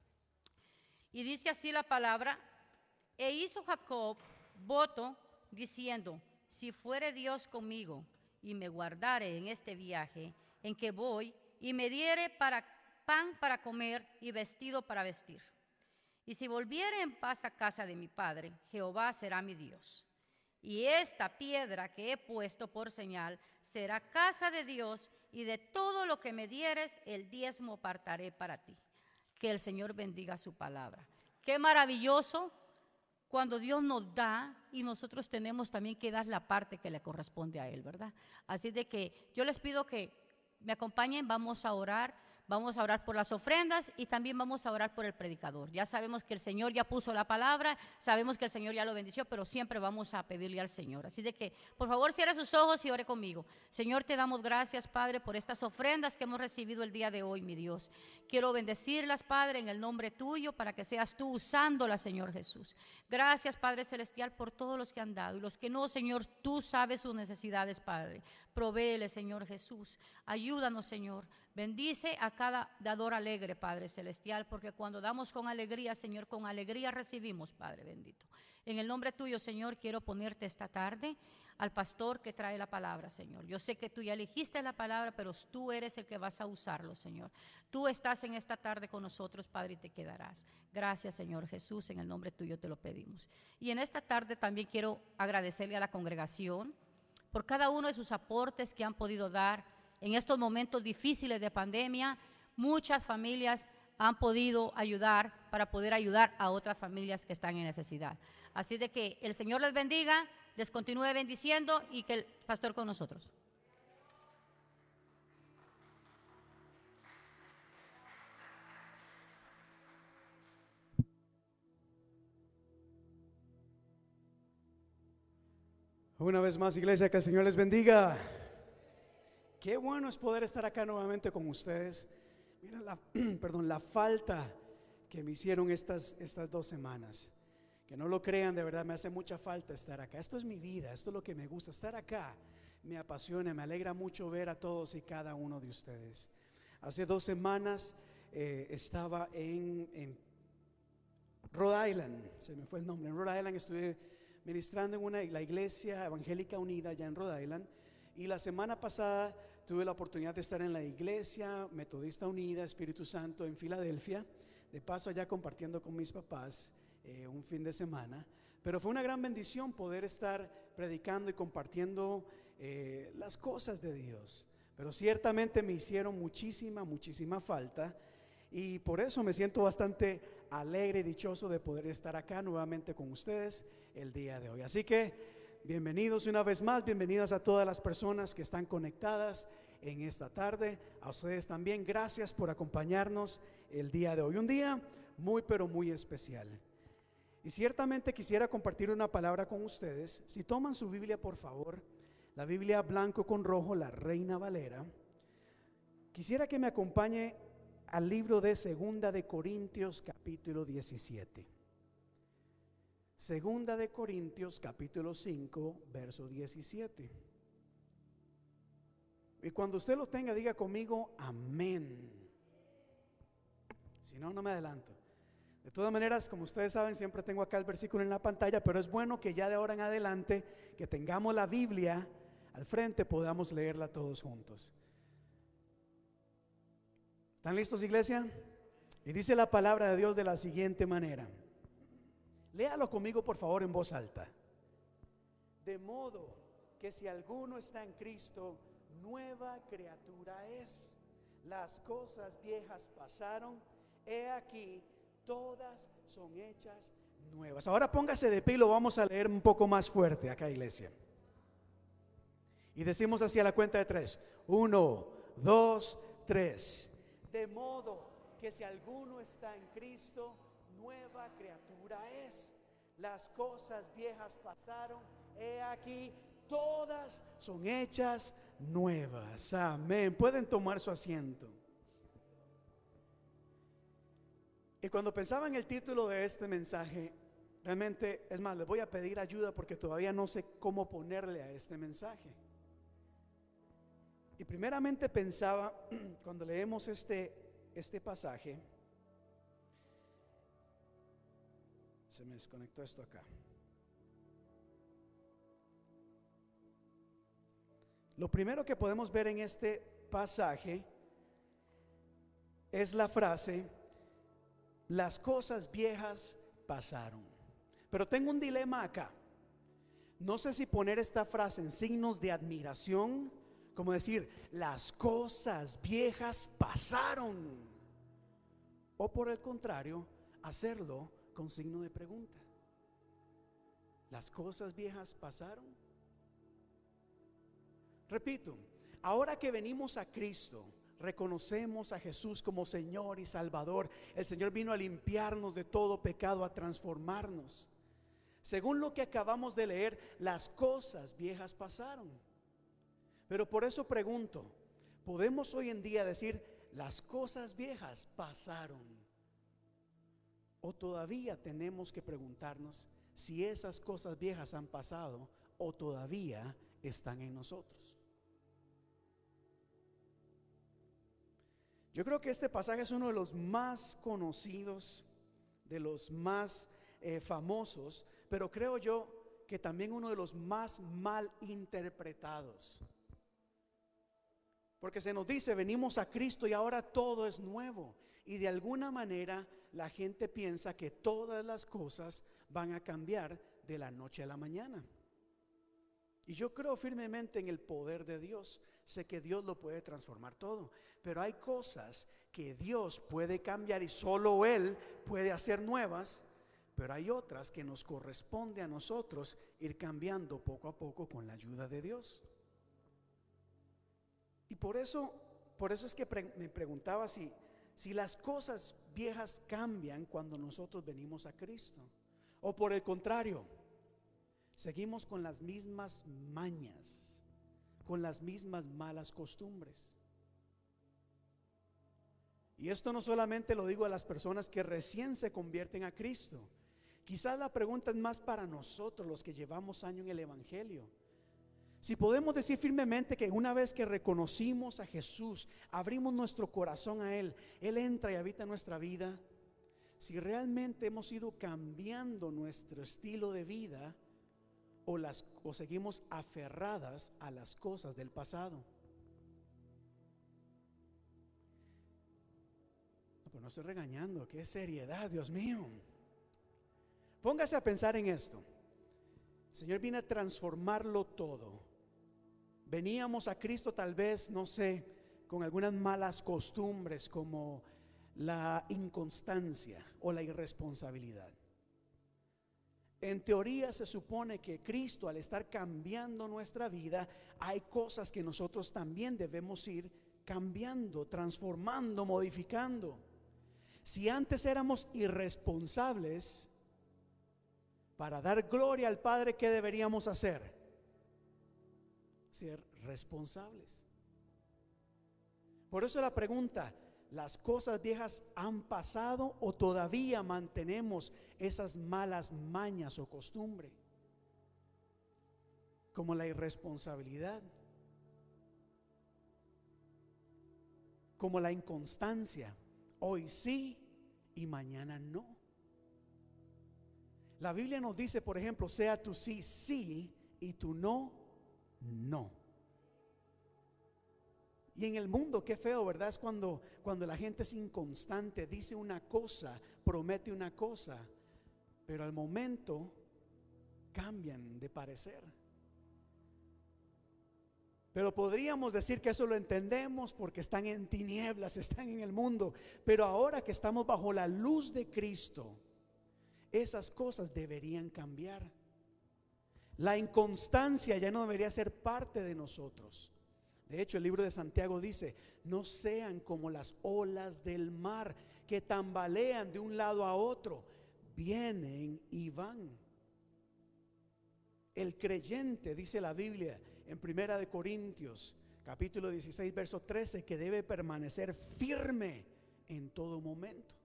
Y dice así la palabra: e hizo Jacob voto diciendo: si fuere Dios conmigo y me guardare en este viaje en que voy, y me diere para pan para comer y vestido para vestir, y si volviere en paz a casa de mi padre, Jehová será mi Dios, y esta piedra que he puesto por señal será casa de Dios, y de todo lo que me dieres el diezmo apartaré para ti. Que el Señor bendiga su palabra. Qué maravilloso cuando Dios nos da y nosotros tenemos también que dar la parte que le corresponde a Él, ¿verdad? Así de que yo les pido que me acompañen, vamos a orar, vamos a orar por las ofrendas y también vamos a orar por el predicador. Ya sabemos que el Señor ya puso la palabra, sabemos que el Señor ya lo bendició, pero siempre vamos a pedirle al Señor. Así de que, por favor, cierre sus ojos y ore conmigo. Señor, te damos gracias, Padre, por estas ofrendas que hemos recibido el día de hoy, mi Dios. Quiero bendecirlas, Padre, en el nombre tuyo, para que seas tú usándolas, Señor Jesús. Gracias, Padre Celestial, por todos los que han dado. Y los que no, Señor, tú sabes sus necesidades, Padre. Provéele, Señor Jesús. Ayúdanos, Señor. Bendice a cada dador alegre, Padre Celestial, porque cuando damos con alegría, Señor, con alegría recibimos, Padre bendito. En el nombre tuyo, Señor, quiero ponerte esta tarde al pastor que trae la palabra, Señor. Yo sé que tú ya elegiste la palabra, pero tú eres el que vas a usarlo, Señor. Tú estás en esta tarde con nosotros, Padre, y te quedarás. Gracias, Señor Jesús, en el nombre tuyo te lo pedimos. Y en esta tarde también quiero agradecerle a la congregación por cada uno de sus aportes que han podido dar en estos momentos difíciles de pandemia. Muchas familias han podido ayudar para poder ayudar a otras familias que están en necesidad. Así de que el Señor les bendiga, les continúe bendiciendo y que el pastor con nosotros. Una vez más, iglesia, que el Señor les bendiga. Qué bueno es poder estar acá nuevamente con ustedes. Mira la, perdón, la falta que me hicieron estas, estas dos semanas. Que no lo crean, de verdad me hace mucha falta estar acá. Esto es mi vida, esto es lo que me gusta, estar acá. Me apasiona, me alegra mucho ver a todos y cada uno de ustedes. Hace dos semanas eh, estaba en, en Rhode Island, se me fue el nombre. En Rhode Island estuve ministrando en una, la Iglesia Evangélica Unida allá en Rhode Island. Y la semana pasada tuve la oportunidad de estar en la Iglesia Metodista Unida Espíritu Santo en Filadelfia, de paso allá compartiendo con mis papás. eh, un fin de semana, pero fue una gran bendición poder estar predicando y compartiendo eh, las cosas de Dios. Pero ciertamente me hicieron muchísima, muchísima falta, y por eso me siento bastante alegre y dichoso de poder estar acá nuevamente con ustedes el día de hoy. Así que bienvenidos una vez más, bienvenidas a todas las personas que están conectadas en esta tarde. A ustedes también, gracias por acompañarnos el día de hoy. Un día muy pero muy especial. Y ciertamente quisiera compartir una palabra con ustedes. Si toman su Biblia, por favor, la Biblia blanco con rojo, la Reina Valera, quisiera que me acompañe al libro de Segunda de Corintios capítulo diecisiete. Segunda de Corintios capítulo cinco, verso diecisiete. Y cuando usted lo tenga, diga conmigo amén. Si no, no me adelanto. De todas maneras, como ustedes saben, siempre tengo acá el versículo en la pantalla, pero es bueno que ya de ahora en adelante, que tengamos la Biblia al frente, podamos leerla todos juntos. ¿Están listos, iglesia? Y dice la palabra de Dios de la siguiente manera. Léalo conmigo, por favor, en voz alta. De modo que si alguno está en Cristo, nueva criatura es. Las cosas viejas pasaron, he aquí, todas son hechas nuevas. Ahora póngase de pie y lo vamos a leer un poco más fuerte acá, iglesia. Y decimos así a la cuenta de tres. Uno, dos, tres. De modo que si alguno está en Cristo, nueva criatura es. Las cosas viejas pasaron, he aquí, todas son hechas nuevas. Amén. Pueden tomar su asiento. Y cuando pensaba en el título de este mensaje, realmente, es más, les voy a pedir ayuda porque todavía no sé cómo ponerle a este mensaje. Y primeramente pensaba, cuando leemos este, este pasaje, se me desconectó esto acá. Lo primero que podemos ver en este pasaje es la frase, las cosas viejas pasaron. Pero tengo un dilema acá. No sé si poner esta frase en signos de admiración, como decir, las cosas viejas pasaron, o por el contrario, hacerlo con signo de pregunta. ¿Las cosas viejas pasaron? Repito, ahora que venimos a Cristo, reconocemos a Jesús como Señor y Salvador. El Señor vino a limpiarnos de todo pecado, a transformarnos. Según lo que acabamos de leer, las cosas viejas pasaron. Pero por eso pregunto, ¿podemos hoy en día decir las cosas viejas pasaron? ¿O todavía tenemos que preguntarnos si esas cosas viejas han pasado o todavía están en nosotros? Yo creo que este pasaje es uno de los más conocidos, de los más eh, famosos, pero creo yo que también uno de los más mal interpretados. Porque se nos dice, venimos a Cristo y ahora todo es nuevo. Y de alguna manera la gente piensa que todas las cosas van a cambiar de la noche a la mañana. Y yo creo firmemente en el poder de Dios. Sé que Dios lo puede transformar todo. Pero hay cosas que Dios puede cambiar y solo Él puede hacer nuevas. Pero hay otras que nos corresponde a nosotros ir cambiando poco a poco con la ayuda de Dios. Y por eso, por eso es que pre- me preguntaba si, si las cosas viejas cambian cuando nosotros venimos a Cristo, o por el contrario, seguimos con las mismas mañas, con las mismas malas costumbres. Y esto no solamente lo digo a las personas que recién se convierten a Cristo. Quizás la pregunta es más para nosotros, los que llevamos años en el Evangelio. Si podemos decir firmemente que una vez que reconocimos a Jesús, abrimos nuestro corazón a Él, Él entra y habita en nuestra vida. Si realmente hemos ido cambiando nuestro estilo de vida, o, las, o seguimos aferradas a las cosas del pasado. No, pero no estoy regañando, qué seriedad, Dios mío. póngase a pensar en esto. El Señor viene a transformarlo todo. Veníamos a Cristo tal vez, no sé, con algunas malas costumbres como la inconstancia o la irresponsabilidad. En teoría se supone que Cristo, al estar cambiando nuestra vida, hay cosas que nosotros también debemos ir cambiando, transformando, modificando. Si antes éramos irresponsables, para dar gloria al Padre, ¿qué deberíamos hacer? Ser responsables. Por eso la pregunta: ¿las cosas viejas han pasado o todavía mantenemos esas malas mañas o costumbre? Como la irresponsabilidad, como la inconstancia. Hoy sí y mañana no. La Biblia nos dice, por ejemplo, sea tu sí, sí y tu no, no. Y en el mundo, qué feo, ¿verdad? Es cuando, cuando la gente es inconstante, dice una cosa, promete una cosa, pero al momento cambian de parecer. Pero podríamos decir que eso lo entendemos porque están en tinieblas, están en el mundo. Pero ahora que estamos bajo la luz de Cristo, esas cosas deberían cambiar. La inconstancia ya no debería ser parte de nosotros. De hecho, el libro de Santiago dice: no sean como las olas del mar que tambalean de un lado a otro, vienen y van. El creyente, dice la Biblia en Primera de Corintios capítulo dieciséis verso trece, que debe permanecer firme en todo momento.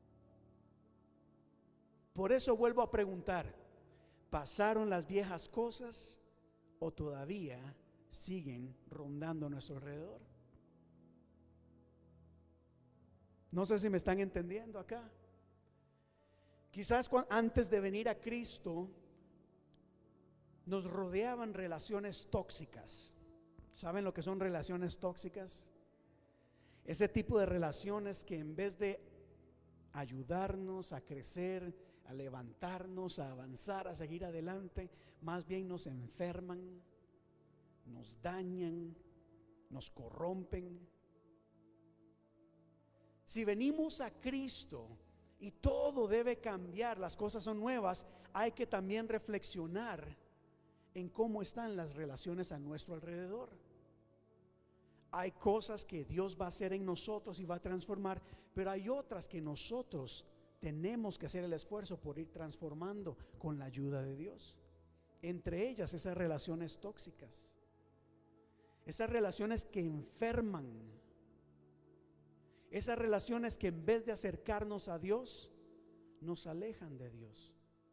Por eso vuelvo a preguntar: ¿pasaron las viejas cosas o todavía siguen rondando a nuestro alrededor? No sé si me están entendiendo acá. Quizás antes de venir a Cristo nos rodeaban relaciones tóxicas. ¿Saben lo que son relaciones tóxicas? Ese tipo de relaciones que en vez de ayudarnos a crecer, a levantarnos, a avanzar, a seguir adelante, más bien nos enferman, nos dañan, nos corrompen. Si venimos a Cristo y todo debe cambiar, las cosas son nuevas, hay que también reflexionar en cómo están las relaciones a nuestro alrededor. Hay cosas que Dios va a hacer en nosotros y va a transformar, pero hay otras que nosotros tenemos que hacer el esfuerzo por ir transformando con la ayuda de Dios. Entre ellas esas relaciones tóxicas, esas relaciones que enferman, esas relaciones que en vez de acercarnos a Dios, nos alejan de Dios.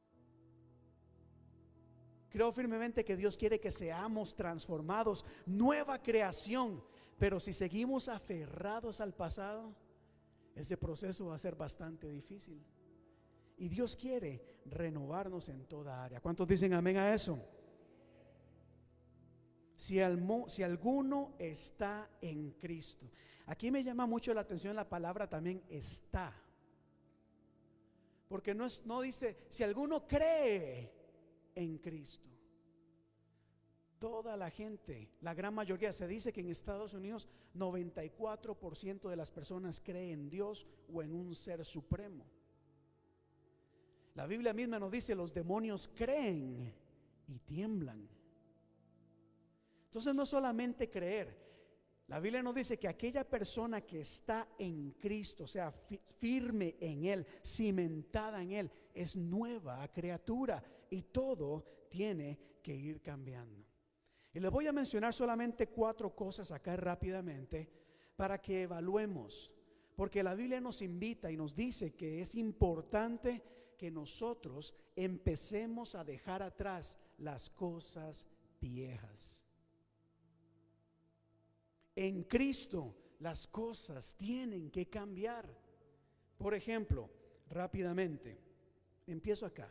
Creo firmemente que Dios quiere que seamos transformados, nueva creación, pero si seguimos aferrados al pasado, ese proceso va a ser bastante difícil. Y Dios quiere renovarnos en toda área. ¿Cuántos dicen amén a eso? Si, almo, si alguno está en Cristo. Aquí me llama mucho la atención la palabra también está. Porque no, es, no dice si alguno cree en Cristo. Toda la gente, la gran mayoría, se dice que en Estados Unidos noventa y cuatro por ciento de las personas creen en Dios o en un ser supremo. La Biblia misma nos dice: los demonios creen y tiemblan. Entonces no solamente creer. La Biblia nos dice que aquella persona que está en Cristo, o sea, firme en Él, cimentada en Él, es nueva criatura y todo tiene que ir cambiando. Y les voy a mencionar solamente cuatro cosas acá rápidamente para que evaluemos, porque la Biblia nos invita y nos dice que es importante que nosotros empecemos a dejar atrás las cosas viejas. En Cristo las cosas tienen que cambiar. Por ejemplo, rápidamente, empiezo acá.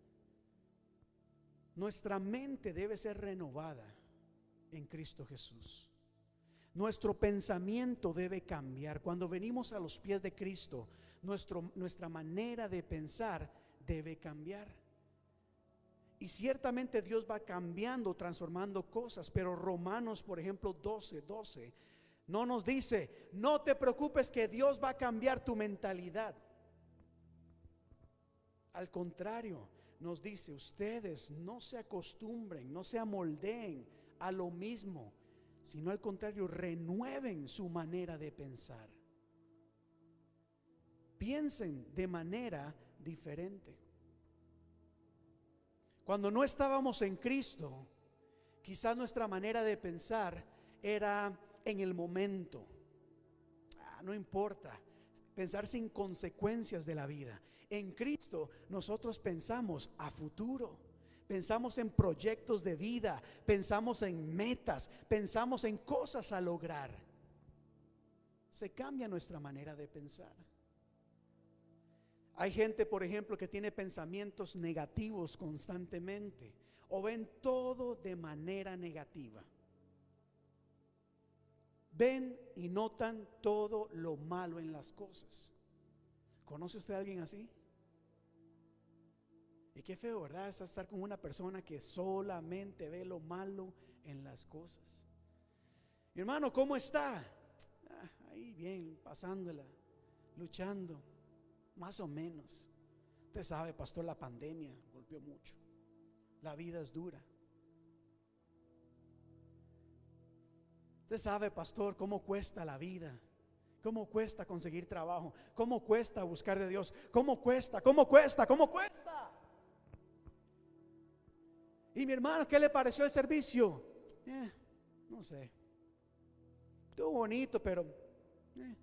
Nuestra mente debe ser renovada en Cristo Jesús. Nuestro pensamiento debe cambiar. Cuando venimos a los pies de Cristo, nuestro, nuestra manera de pensar debe cambiar. Y ciertamente Dios va cambiando, transformando cosas, pero Romanos, por ejemplo, doce, doce, no nos dice, no te preocupes que Dios va a cambiar tu mentalidad. Al contrario, nos dice, ustedes no se acostumbren, no se amoldeen a lo mismo, sino al contrario, renueven su manera de pensar. Piensen de manera diferente. Cuando no estábamos en Cristo, quizás nuestra manera de pensar era en el momento. Ah, no importa, pensar sin consecuencias de la vida. En Cristo nosotros pensamos a futuro, pensamos en proyectos de vida, pensamos en metas, pensamos en cosas a lograr. Se cambia nuestra manera de pensar. Hay gente, por ejemplo, que tiene pensamientos negativos constantemente o ven todo de manera negativa. Ven y notan todo lo malo en las cosas. ¿Conoce usted a alguien así? Y qué feo, ¿verdad? Es estar con una persona que solamente ve lo malo en las cosas. Mi hermano, ¿cómo está? Ah, ahí bien, pasándola, luchando. Más o menos. Usted sabe, pastor, la pandemia golpeó mucho. La vida es dura. Usted sabe, pastor, cómo cuesta la vida, cómo cuesta conseguir trabajo, cómo cuesta buscar de Dios, cómo cuesta, cómo cuesta, cómo cuesta. Y mi hermano, ¿qué le pareció el servicio? Eh, no sé. Estuvo bonito, pero eh.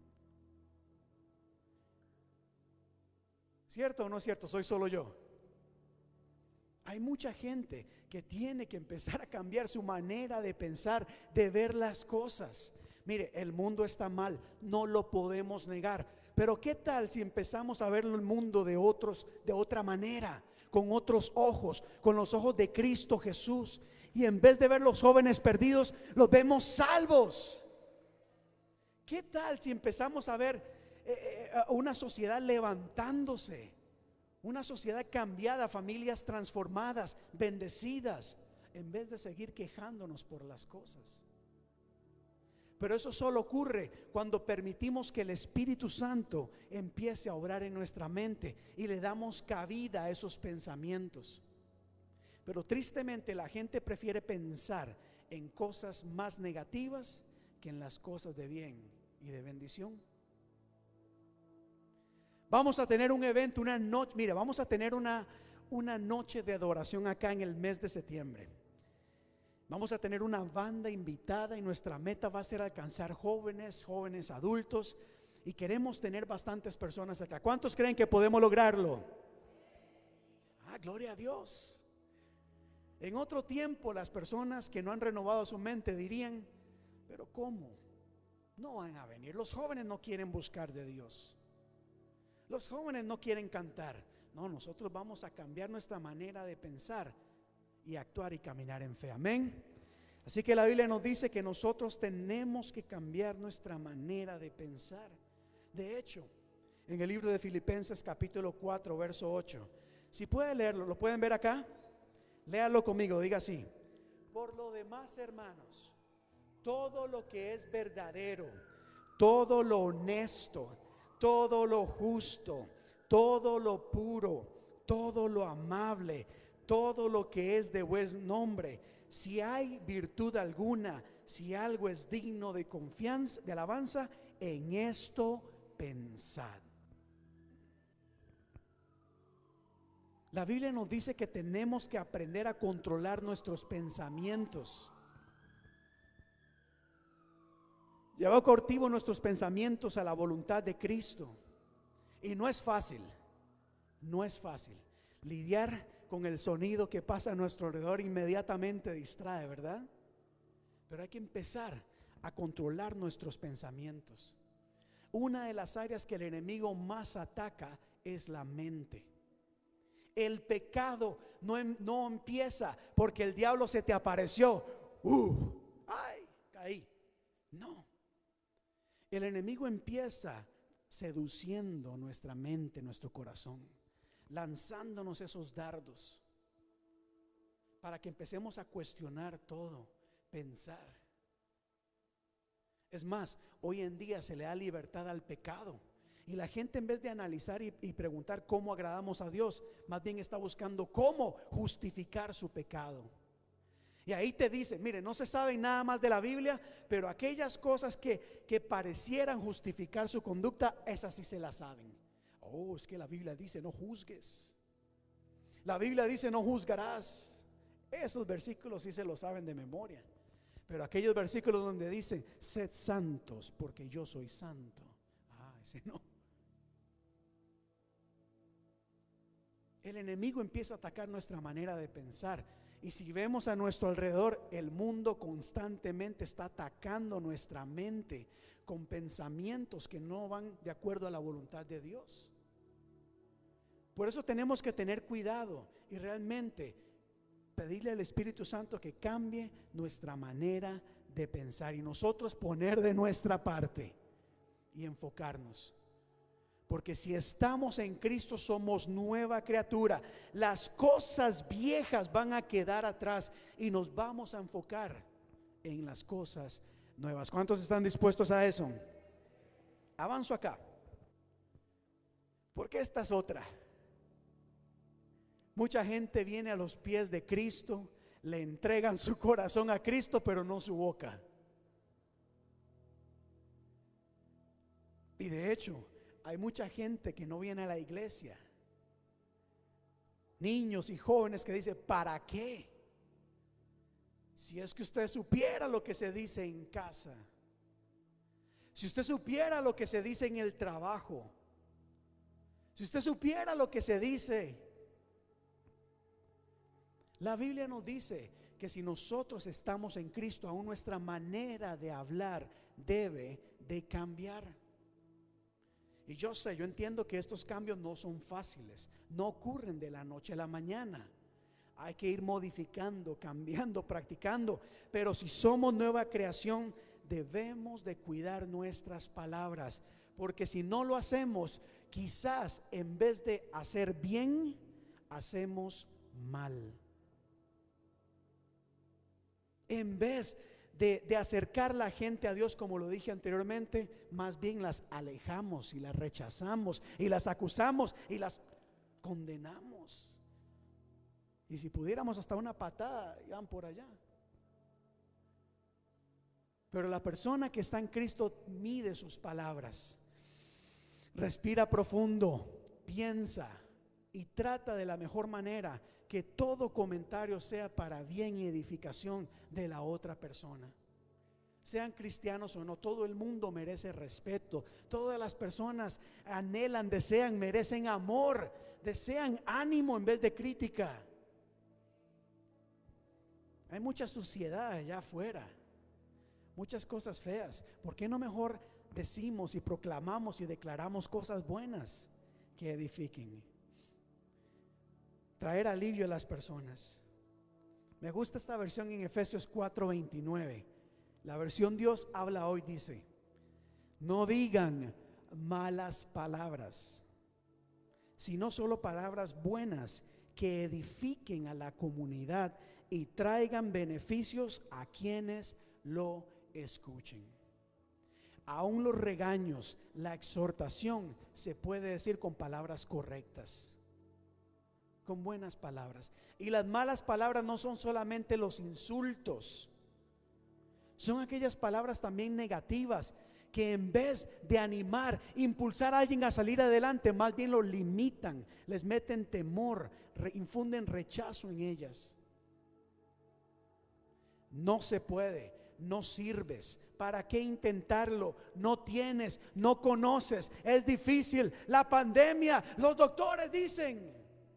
¿Cierto o no es cierto? Soy solo yo. Hay mucha gente que tiene que empezar a cambiar su manera de pensar, de ver las cosas. Mire, el mundo está mal, no lo podemos negar. Pero ¿qué tal si empezamos a ver el mundo de otros, de otra manera, con otros ojos, con los ojos de Cristo Jesús? Y en vez de ver los jóvenes perdidos, los vemos salvos. ¿Qué tal si empezamos a ver Eh, eh, una sociedad levantándose, una sociedad cambiada, familias transformadas, bendecidas, en vez de seguir quejándonos por las cosas? Pero eso solo ocurre cuando permitimos que el Espíritu Santo empiece a obrar en nuestra mente y le damos cabida a esos pensamientos. Pero tristemente la gente prefiere pensar en cosas más negativas que en las cosas de bien y de bendición. Vamos a tener un evento, una noche, mira, vamos a tener una, una noche de adoración acá en el mes de septiembre. Vamos a tener una banda invitada y nuestra meta va a ser alcanzar jóvenes, jóvenes adultos, y queremos tener bastantes personas acá. ¿Cuántos creen que podemos lograrlo? Ah, gloria a Dios. En otro tiempo las personas que no han renovado su mente dirían, pero ¿cómo? No van a venir, los jóvenes no quieren buscar de Dios. Los jóvenes no quieren cantar. No, nosotros vamos a cambiar nuestra manera de pensar y actuar y caminar en fe. Amén. Así que la Biblia nos dice que nosotros tenemos que cambiar nuestra manera de pensar. De hecho, en el libro de Filipenses capítulo cuatro verso ocho, si puede leerlo, ¿lo pueden ver acá? Léalo conmigo, diga así: por lo demás, hermanos, todo lo que es verdadero, todo lo honesto, todo lo justo, todo lo puro, todo lo amable, todo lo que es de buen nombre, si hay virtud alguna, si algo es digno de confianza, de alabanza, en esto pensad. La Biblia nos dice que tenemos que aprender a controlar nuestros pensamientos. Llevar cautivo nuestros pensamientos a la voluntad de Cristo. Y no es fácil, no es fácil. Lidiar con el sonido que pasa a nuestro alrededor inmediatamente distrae, ¿verdad? Pero hay que empezar a controlar nuestros pensamientos. Una de las áreas que el enemigo más ataca es la mente. El pecado no, no empieza porque el diablo se te apareció. Uh, ay, caí. No. El enemigo empieza seduciendo nuestra mente, nuestro corazón, lanzándonos esos dardos. para que empecemos a cuestionar todo, pensar. Es más, hoy en día se le da libertad al pecado. Y la gente, en vez de analizar y, y preguntar cómo agradamos a Dios, más bien está buscando cómo justificar su pecado. Y ahí te dice, mire, no se sabe nada más de la Biblia, pero aquellas cosas que, que parecieran justificar su conducta, esas sí se las saben. Oh, es que la Biblia dice no juzgues. La Biblia dice no juzgarás. Esos versículos sí se los saben de memoria. Pero aquellos versículos donde dice sed santos porque yo soy santo, ah, ese no. El enemigo empieza a atacar nuestra manera de pensar. Y si vemos a nuestro alrededor, el mundo constantemente está atacando nuestra mente con pensamientos que no van de acuerdo a la voluntad de Dios. Por eso tenemos que tener cuidado y realmente pedirle al Espíritu Santo que cambie nuestra manera de pensar y nosotros poner de nuestra parte y enfocarnos. Porque si estamos en Cristo somos nueva criatura. Las cosas viejas van a quedar atrás y nos vamos a enfocar en las cosas nuevas. ¿Cuántos están dispuestos a eso? Avanzo acá. Porque esta es otra. Mucha gente viene a los pies de Cristo, le entregan su corazón a Cristo, pero no su boca. Y de hecho, hay mucha gente que no viene a la iglesia, niños y jóvenes que dicen, ¿para qué? Si es que usted supiera lo que se dice en casa, si usted supiera lo que se dice en el trabajo, si usted supiera lo que se dice. La Biblia nos dice que si nosotros estamos en Cristo, aún nuestra manera de hablar debe de cambiar. Y yo sé, yo entiendo que estos cambios no son fáciles, no ocurren de la noche a la mañana. Hay que ir modificando, cambiando, practicando. Pero si somos nueva creación, debemos de cuidar nuestras palabras. Porque si no lo hacemos, quizás en vez de hacer bien, hacemos mal. En vez de, de acercar la gente a Dios, como lo dije anteriormente, más bien las alejamos y las rechazamos y las acusamos y las condenamos. Y si pudiéramos hasta una patada, iban por allá. Pero la persona que está en Cristo mide sus palabras, respira profundo, piensa y trata de la mejor manera que todo comentario sea para bien y edificación de la otra persona. Sean cristianos o no, todo el mundo merece respeto. Todas las personas anhelan, desean, merecen amor, desean ánimo en vez de crítica. Hay mucha suciedad allá afuera, muchas cosas feas. ¿Por qué no mejor decimos y proclamamos y declaramos cosas buenas que edifiquen? Traer alivio a las personas. Me gusta esta versión en Efesios cuatro veintinueve. La versión Dios habla hoy dice: no digan malas palabras, sino solo palabras buenas que edifiquen a la comunidad y traigan beneficios a quienes lo escuchen. Aún los regaños, la exhortación se puede decir con palabras correctas, con buenas palabras. Y las malas palabras no son solamente los insultos, son aquellas palabras también negativas que en vez de animar, impulsar a alguien a salir adelante, más bien lo limitan, les meten temor, re, infunden rechazo en ellas. No se puede, no sirves. ¿Para qué intentarlo? No tienes, no conoces, es difícil. La pandemia, los doctores dicen.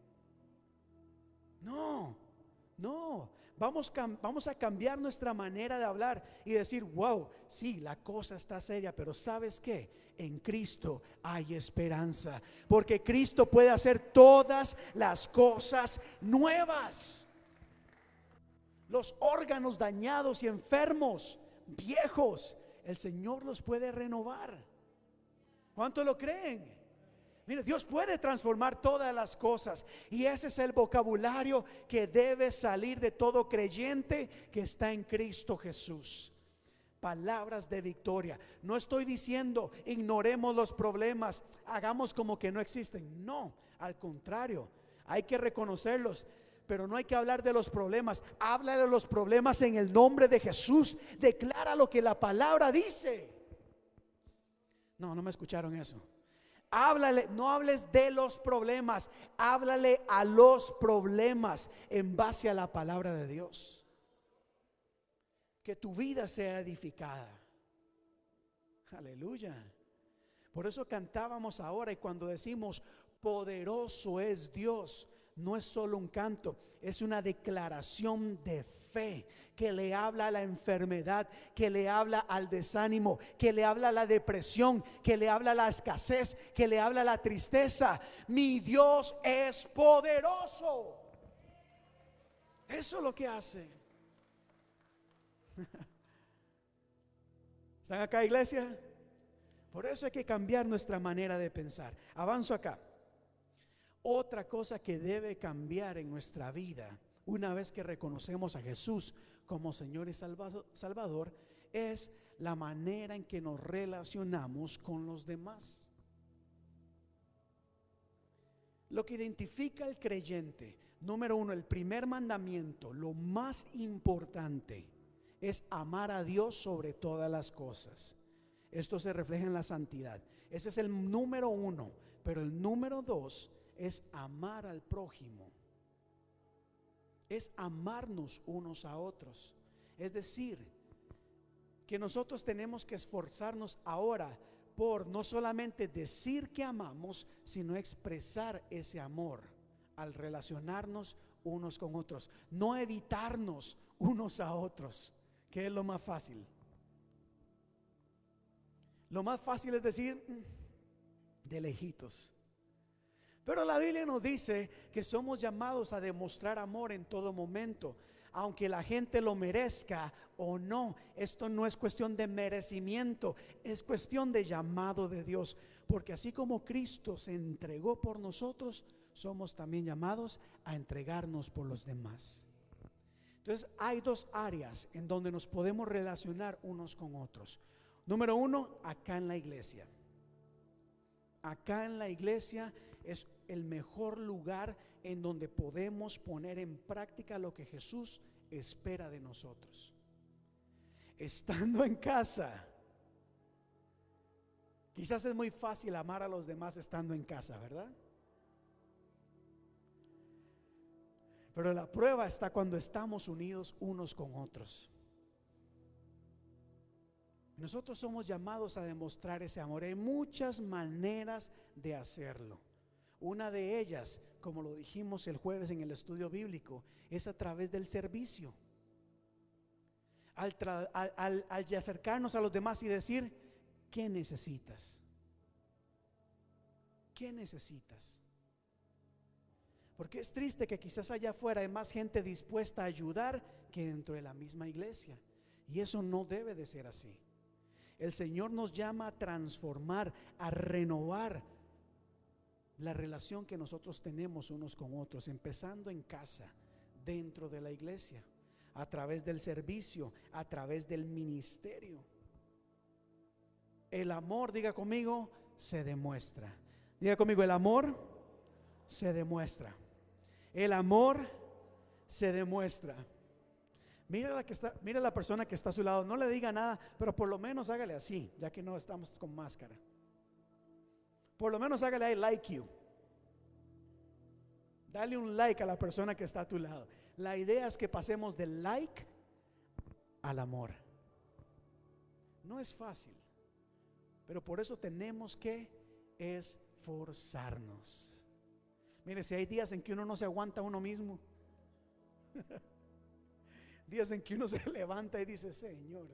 No, no. Vamos, vamos a cambiar nuestra manera de hablar y decir, wow, sí, la cosa está seria, pero ¿sabes qué? En Cristo hay esperanza, porque Cristo puede hacer todas las cosas nuevas. Los órganos dañados y enfermos, viejos, el Señor los puede renovar. ¿Cuánto lo creen? Mire, Dios puede transformar todas las cosas, y ese es el vocabulario que debe salir de todo creyente que está en Cristo Jesús. Palabras de victoria. No estoy diciendo ignoremos los problemas, hagamos como que no existen. No, al contrario, hay que reconocerlos, pero no hay que hablar de los problemas. Habla de los problemas en el nombre de Jesús. Declara lo que la palabra dice. No, no me escucharon eso. Háblale, no hables de los problemas, háblale a los problemas en base a la palabra de Dios. Que tu vida sea edificada. Aleluya. Por eso cantábamos ahora, y cuando decimos poderoso es Dios, no es solo un canto, es una declaración de fe que le habla a la enfermedad, que le habla al desánimo, que le habla a la depresión, que le habla a la escasez, que le habla a la tristeza. Mi Dios es poderoso. Eso es lo que hace. ¿Están acá, iglesia? Por eso hay que cambiar nuestra manera de pensar. Avanzo acá. Otra cosa que debe cambiar en nuestra vida, una vez que reconocemos a Jesús como Señor y Salvador, es la manera en que nos relacionamos con los demás. Lo que identifica al creyente, número uno, el primer mandamiento, lo más importante, es amar a Dios sobre todas las cosas. Esto se refleja en la santidad. Ese es el número uno. Pero el número dos es amar al prójimo. Es amarnos unos a otros. Es decir, que nosotros tenemos que esforzarnos ahora por no solamente decir que amamos, sino expresar ese amor al relacionarnos unos con otros. No evitarnos unos a otros, que es lo más fácil. Lo más fácil es decir de lejitos. Pero la Biblia nos dice que somos llamados a demostrar amor en todo momento, aunque la gente lo merezca o no. Esto no es cuestión de merecimiento, es cuestión de llamado de Dios. Porque así como Cristo se entregó por nosotros, somos también llamados a entregarnos por los demás. Entonces hay dos áreas en donde nos podemos relacionar unos con otros. Número uno, acá en la iglesia. Acá en la iglesia es el mejor lugar en donde podemos poner en práctica lo que Jesús espera de nosotros. Estando en casa, quizás es muy fácil amar a los demás estando en casa, ¿verdad? Pero la prueba está cuando estamos unidos unos con otros. Nosotros somos llamados a demostrar ese amor. Hay muchas maneras de hacerlo. Una de ellas, como lo dijimos el jueves en el estudio bíblico, es a través del servicio. Al, tra- al, al, al acercarnos a los demás y decir, ¿qué necesitas? ¿Qué necesitas? Porque es triste que quizás allá afuera hay más gente dispuesta a ayudar que dentro de la misma iglesia. Y eso no debe de ser así. El Señor nos llama a transformar, a renovar la relación que nosotros tenemos unos con otros, empezando en casa, dentro de la iglesia, a través del servicio, a través del ministerio. El amor, diga conmigo, se demuestra. Diga conmigo, el amor se demuestra. El amor se demuestra. Mira la que está, mira la persona que está a su lado, no le diga nada, pero por lo menos hágale así, ya que no estamos con máscara. Por lo menos hágale I like you. Dale un like a la persona que está a tu lado. La idea es que pasemos del like al amor. No es fácil, pero por eso tenemos que esforzarnos. Mire, si hay días en que uno no se aguanta a uno mismo, días en que uno se levanta y dice, Señor.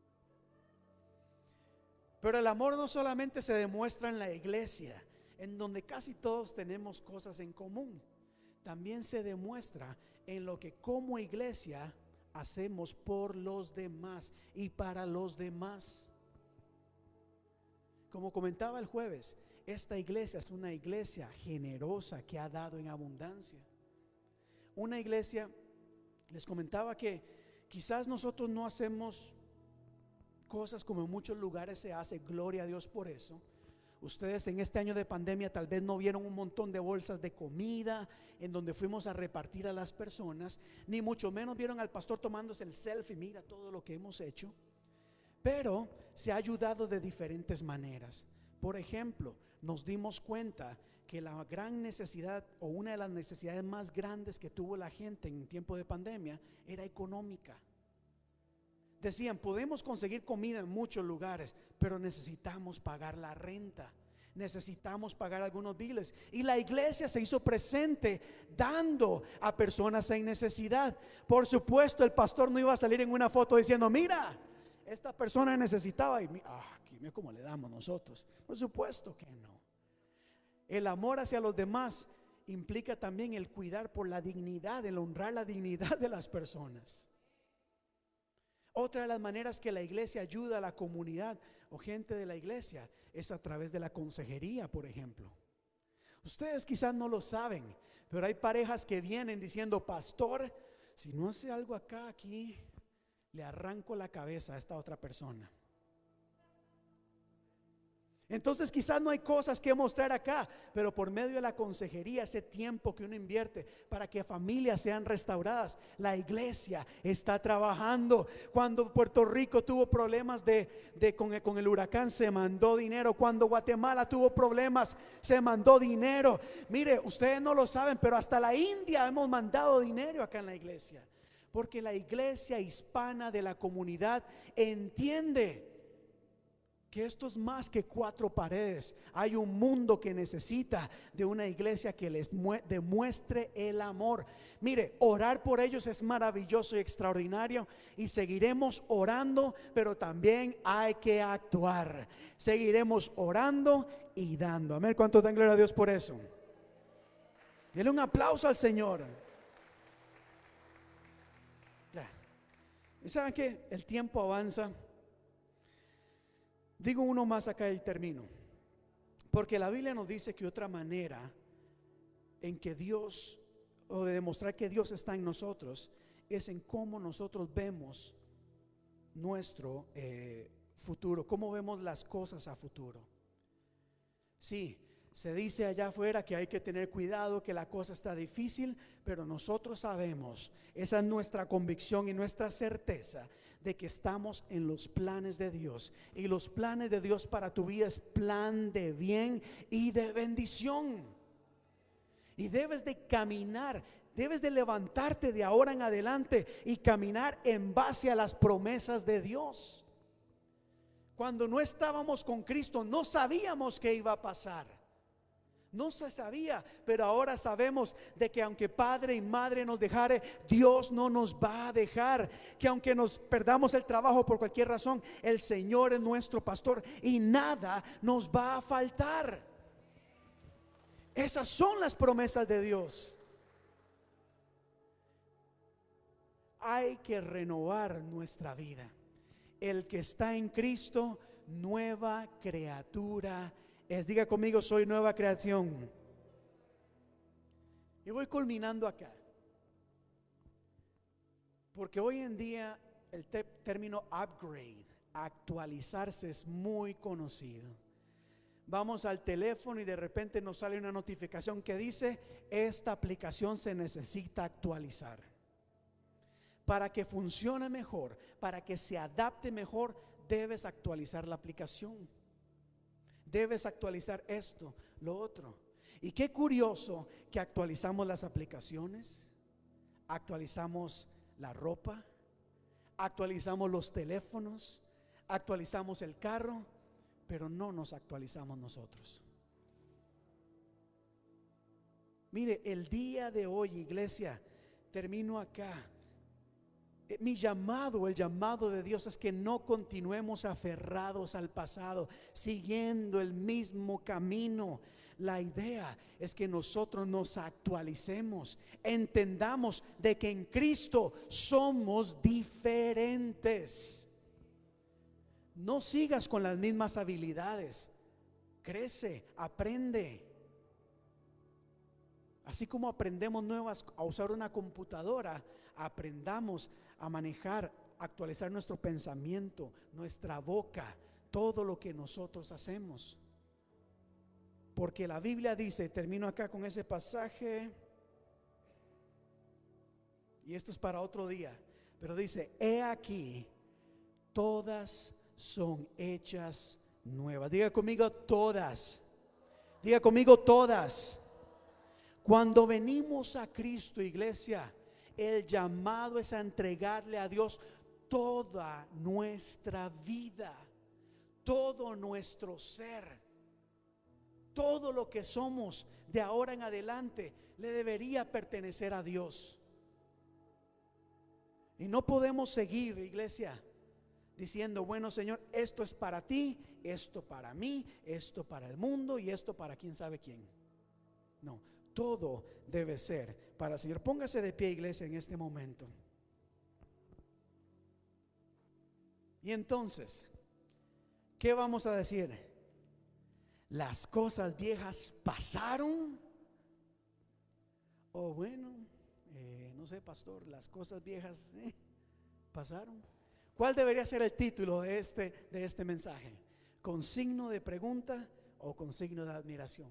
Pero el amor no solamente se demuestra en la iglesia, en donde casi todos tenemos cosas en común. También se demuestra en lo que como iglesia hacemos por los demás y para los demás. Como comentaba el jueves, esta iglesia es una iglesia generosa que ha dado en abundancia. Una iglesia, les comentaba que quizás nosotros no hacemos cosas como en muchos lugares se hace, gloria a Dios por eso. Ustedes en este año de pandemia tal vez no vieron un montón de bolsas de comida en donde fuimos a repartir a las personas, ni mucho menos vieron al pastor tomándose el selfie, mira todo lo que hemos hecho. Pero se ha ayudado de diferentes maneras. Por ejemplo, nos dimos cuenta que la gran necesidad, o una de las necesidades más grandes que tuvo la gente en tiempo de pandemia, era económica. Decían, podemos conseguir comida en muchos lugares, pero necesitamos pagar la renta, necesitamos pagar algunos biles. Y la iglesia se hizo presente dando a personas en necesidad. Por supuesto, el pastor no iba a salir en una foto diciendo, mira, esta persona necesitaba y ah, aquí mira cómo le damos nosotros. Por supuesto que no. El amor hacia los demás implica también el cuidar por la dignidad, el honrar la dignidad de las personas. Otra de las maneras que la iglesia ayuda a la comunidad o gente de la iglesia es a través de la consejería, por ejemplo. Ustedes quizás no lo saben, pero hay parejas que vienen diciendo, pastor, si no hace algo acá, aquí le arranco la cabeza a esta otra persona. Entonces quizás no hay cosas que mostrar acá, pero por medio de la consejería, ese tiempo que uno invierte para que familias sean restauradas, la iglesia está trabajando. Cuando Puerto Rico tuvo problemas de, de con, el, con el huracán, se mandó dinero. Cuando Guatemala tuvo problemas, se mandó dinero. Mire, ustedes no lo saben, pero hasta la India hemos mandado dinero acá en la iglesia, porque la iglesia hispana de la comunidad entiende que esto es más que cuatro paredes. Hay un mundo que necesita de una iglesia que les demuestre el amor. Mire, orar por ellos es maravilloso y extraordinario, y seguiremos orando, pero también hay que actuar. Seguiremos orando y dando. Amén. ¿Cuántos dan gloria a Dios por eso? Denle un aplauso al Señor. Ya. ¿Y saben qué? El tiempo avanza. Digo uno más acá y termino, porque la Biblia nos dice que otra manera en que Dios, o de demostrar que Dios está en nosotros, es en cómo nosotros vemos nuestro eh, futuro, cómo vemos las cosas a futuro. Sí, se dice allá afuera que hay que tener cuidado, que la cosa está difícil, pero nosotros sabemos, esa es nuestra convicción y nuestra certeza, de que estamos en los planes de Dios. Y los planes de Dios para tu vida es plan de bien y de bendición. Y debes de caminar, debes de levantarte de ahora en adelante y caminar en base a las promesas de Dios. Cuando no estábamos con Cristo, no sabíamos qué iba a pasar. No se sabía, pero ahora sabemos de que aunque padre y madre nos dejare, Dios no nos va a dejar. Que aunque nos perdamos el trabajo por cualquier razón, el Señor es nuestro pastor y nada nos va a faltar. Esas son las promesas de Dios. Hay que renovar nuestra vida. El que está en Cristo, nueva criatura es. Diga conmigo, soy nueva creación. Y voy culminando acá, porque hoy en día el te- término upgrade, actualizarse, es muy conocido. Vamos al teléfono y de repente nos sale una notificación que dice: esta aplicación se necesita actualizar. Para que funcione mejor, para que se adapte mejor, debes actualizar la aplicación. Debes actualizar esto, lo otro. Y qué curioso que actualizamos las aplicaciones, actualizamos la ropa, actualizamos los teléfonos, actualizamos el carro, pero no nos actualizamos nosotros. Mire, el día de hoy, iglesia, termino acá. Mi llamado, el llamado de Dios es que no continuemos aferrados al pasado, siguiendo el mismo camino. La idea es que nosotros nos actualicemos, entendamos de que en Cristo somos diferentes. No sigas con las mismas habilidades. crece, aprende. Así como aprendemos nuevas a usar una computadora, aprendamos a manejar, actualizar nuestro pensamiento, nuestra boca, todo lo que nosotros hacemos. Porque la Biblia dice, termino acá con ese pasaje, y esto es para otro día, pero dice, he aquí, todas son hechas nuevas. Diga conmigo, todas. Diga conmigo, todas. Cuando venimos a Cristo, iglesia, el llamado es a entregarle a Dios toda nuestra vida, todo nuestro ser, todo lo que somos de ahora en adelante le debería pertenecer a Dios. Y no podemos seguir, iglesia, diciendo, bueno, Señor, esto es para ti, esto para mí, esto para el mundo y esto para quién sabe quién. No, todo debe ser para el Señor. Póngase de pie, iglesia, en este momento. Y entonces, ¿qué vamos a decir? Las cosas viejas pasaron. O bueno, eh, no sé, pastor, las cosas viejas eh, pasaron. ¿Cuál debería ser el título de este, de este mensaje? ¿Con signo de pregunta o con signo de admiración?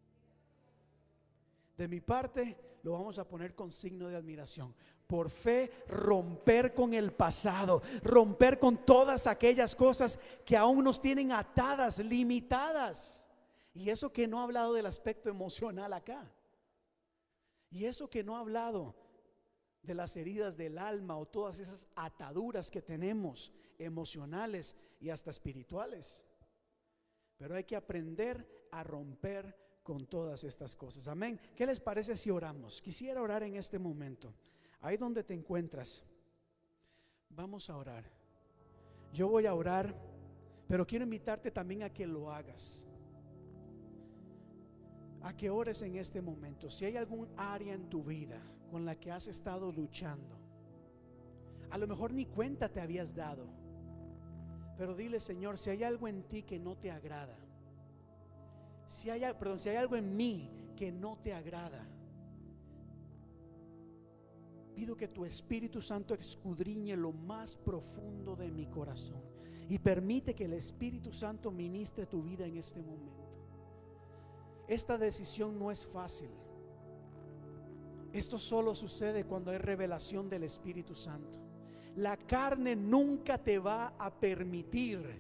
De mi parte lo vamos a poner con signo de admiración. Por fe, romper con el pasado, romper con todas aquellas cosas que aún nos tienen atadas, limitadas. Y eso que no ha hablado del aspecto emocional acá. Y eso que no ha hablado de las heridas del alma o todas esas ataduras que tenemos emocionales y hasta espirituales. Pero hay que aprender a romper con todas estas cosas. Amén. ¿Qué les parece si oramos? Quisiera orar en este momento. Ahí donde te encuentras, vamos a orar. Yo voy a orar, pero quiero invitarte también a que lo hagas, a que ores en este momento. Si hay algún área en tu vida con la que has estado luchando, a lo mejor ni cuenta te habías dado, pero dile, Señor, si hay algo en ti que no te agrada, si hay, perdón, si hay algo en mí que no te agrada, pido que tu Espíritu Santo escudriñe lo más profundo de mi corazón y permite que el Espíritu Santo ministre tu vida en este momento. Esta decisión no es fácil. Esto solo sucede cuando hay revelación del Espíritu Santo. La carne nunca te va a permitir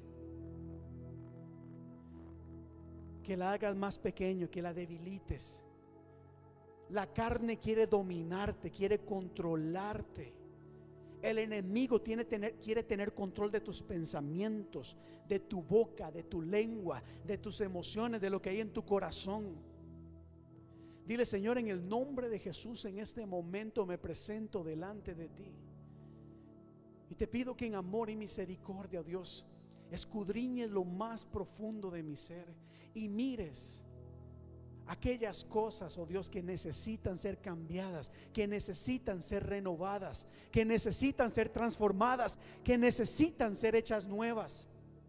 que la hagas más pequeño, que la debilites. La carne quiere dominarte, quiere controlarte. El enemigo tiene tener, quiere tener control de tus pensamientos, de tu boca, de tu lengua, de tus emociones, de lo que hay en tu corazón. Dile, Señor, en el nombre de Jesús, en este momento me presento delante de ti. Y te pido que en amor y misericordia, Dios, escudriñes lo más profundo de mi ser y mires aquellas cosas, oh Dios, que necesitan ser cambiadas, que necesitan ser renovadas, que necesitan ser transformadas, que necesitan ser hechas nuevas.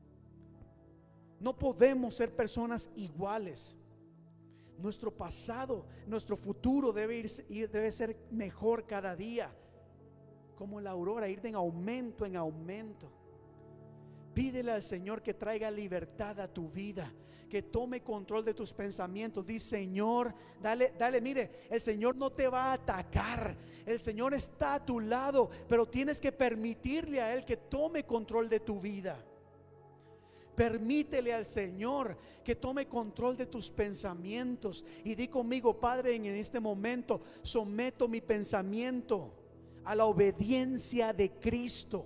No podemos ser personas iguales. Nuestro pasado, nuestro futuro debe ir, debe ser mejor cada día, como la aurora, ir de en aumento en aumento. Pídele al Señor que traiga libertad a tu vida, que tome control de tus pensamientos. Di, Señor, dale, dale, mire, el Señor no te va a atacar, el Señor está a tu lado, pero tienes que permitirle a Él que tome control de tu vida. Permítele al Señor que tome control de tus pensamientos. Y di conmigo, Padre, en este momento someto mi pensamiento a la obediencia de Cristo.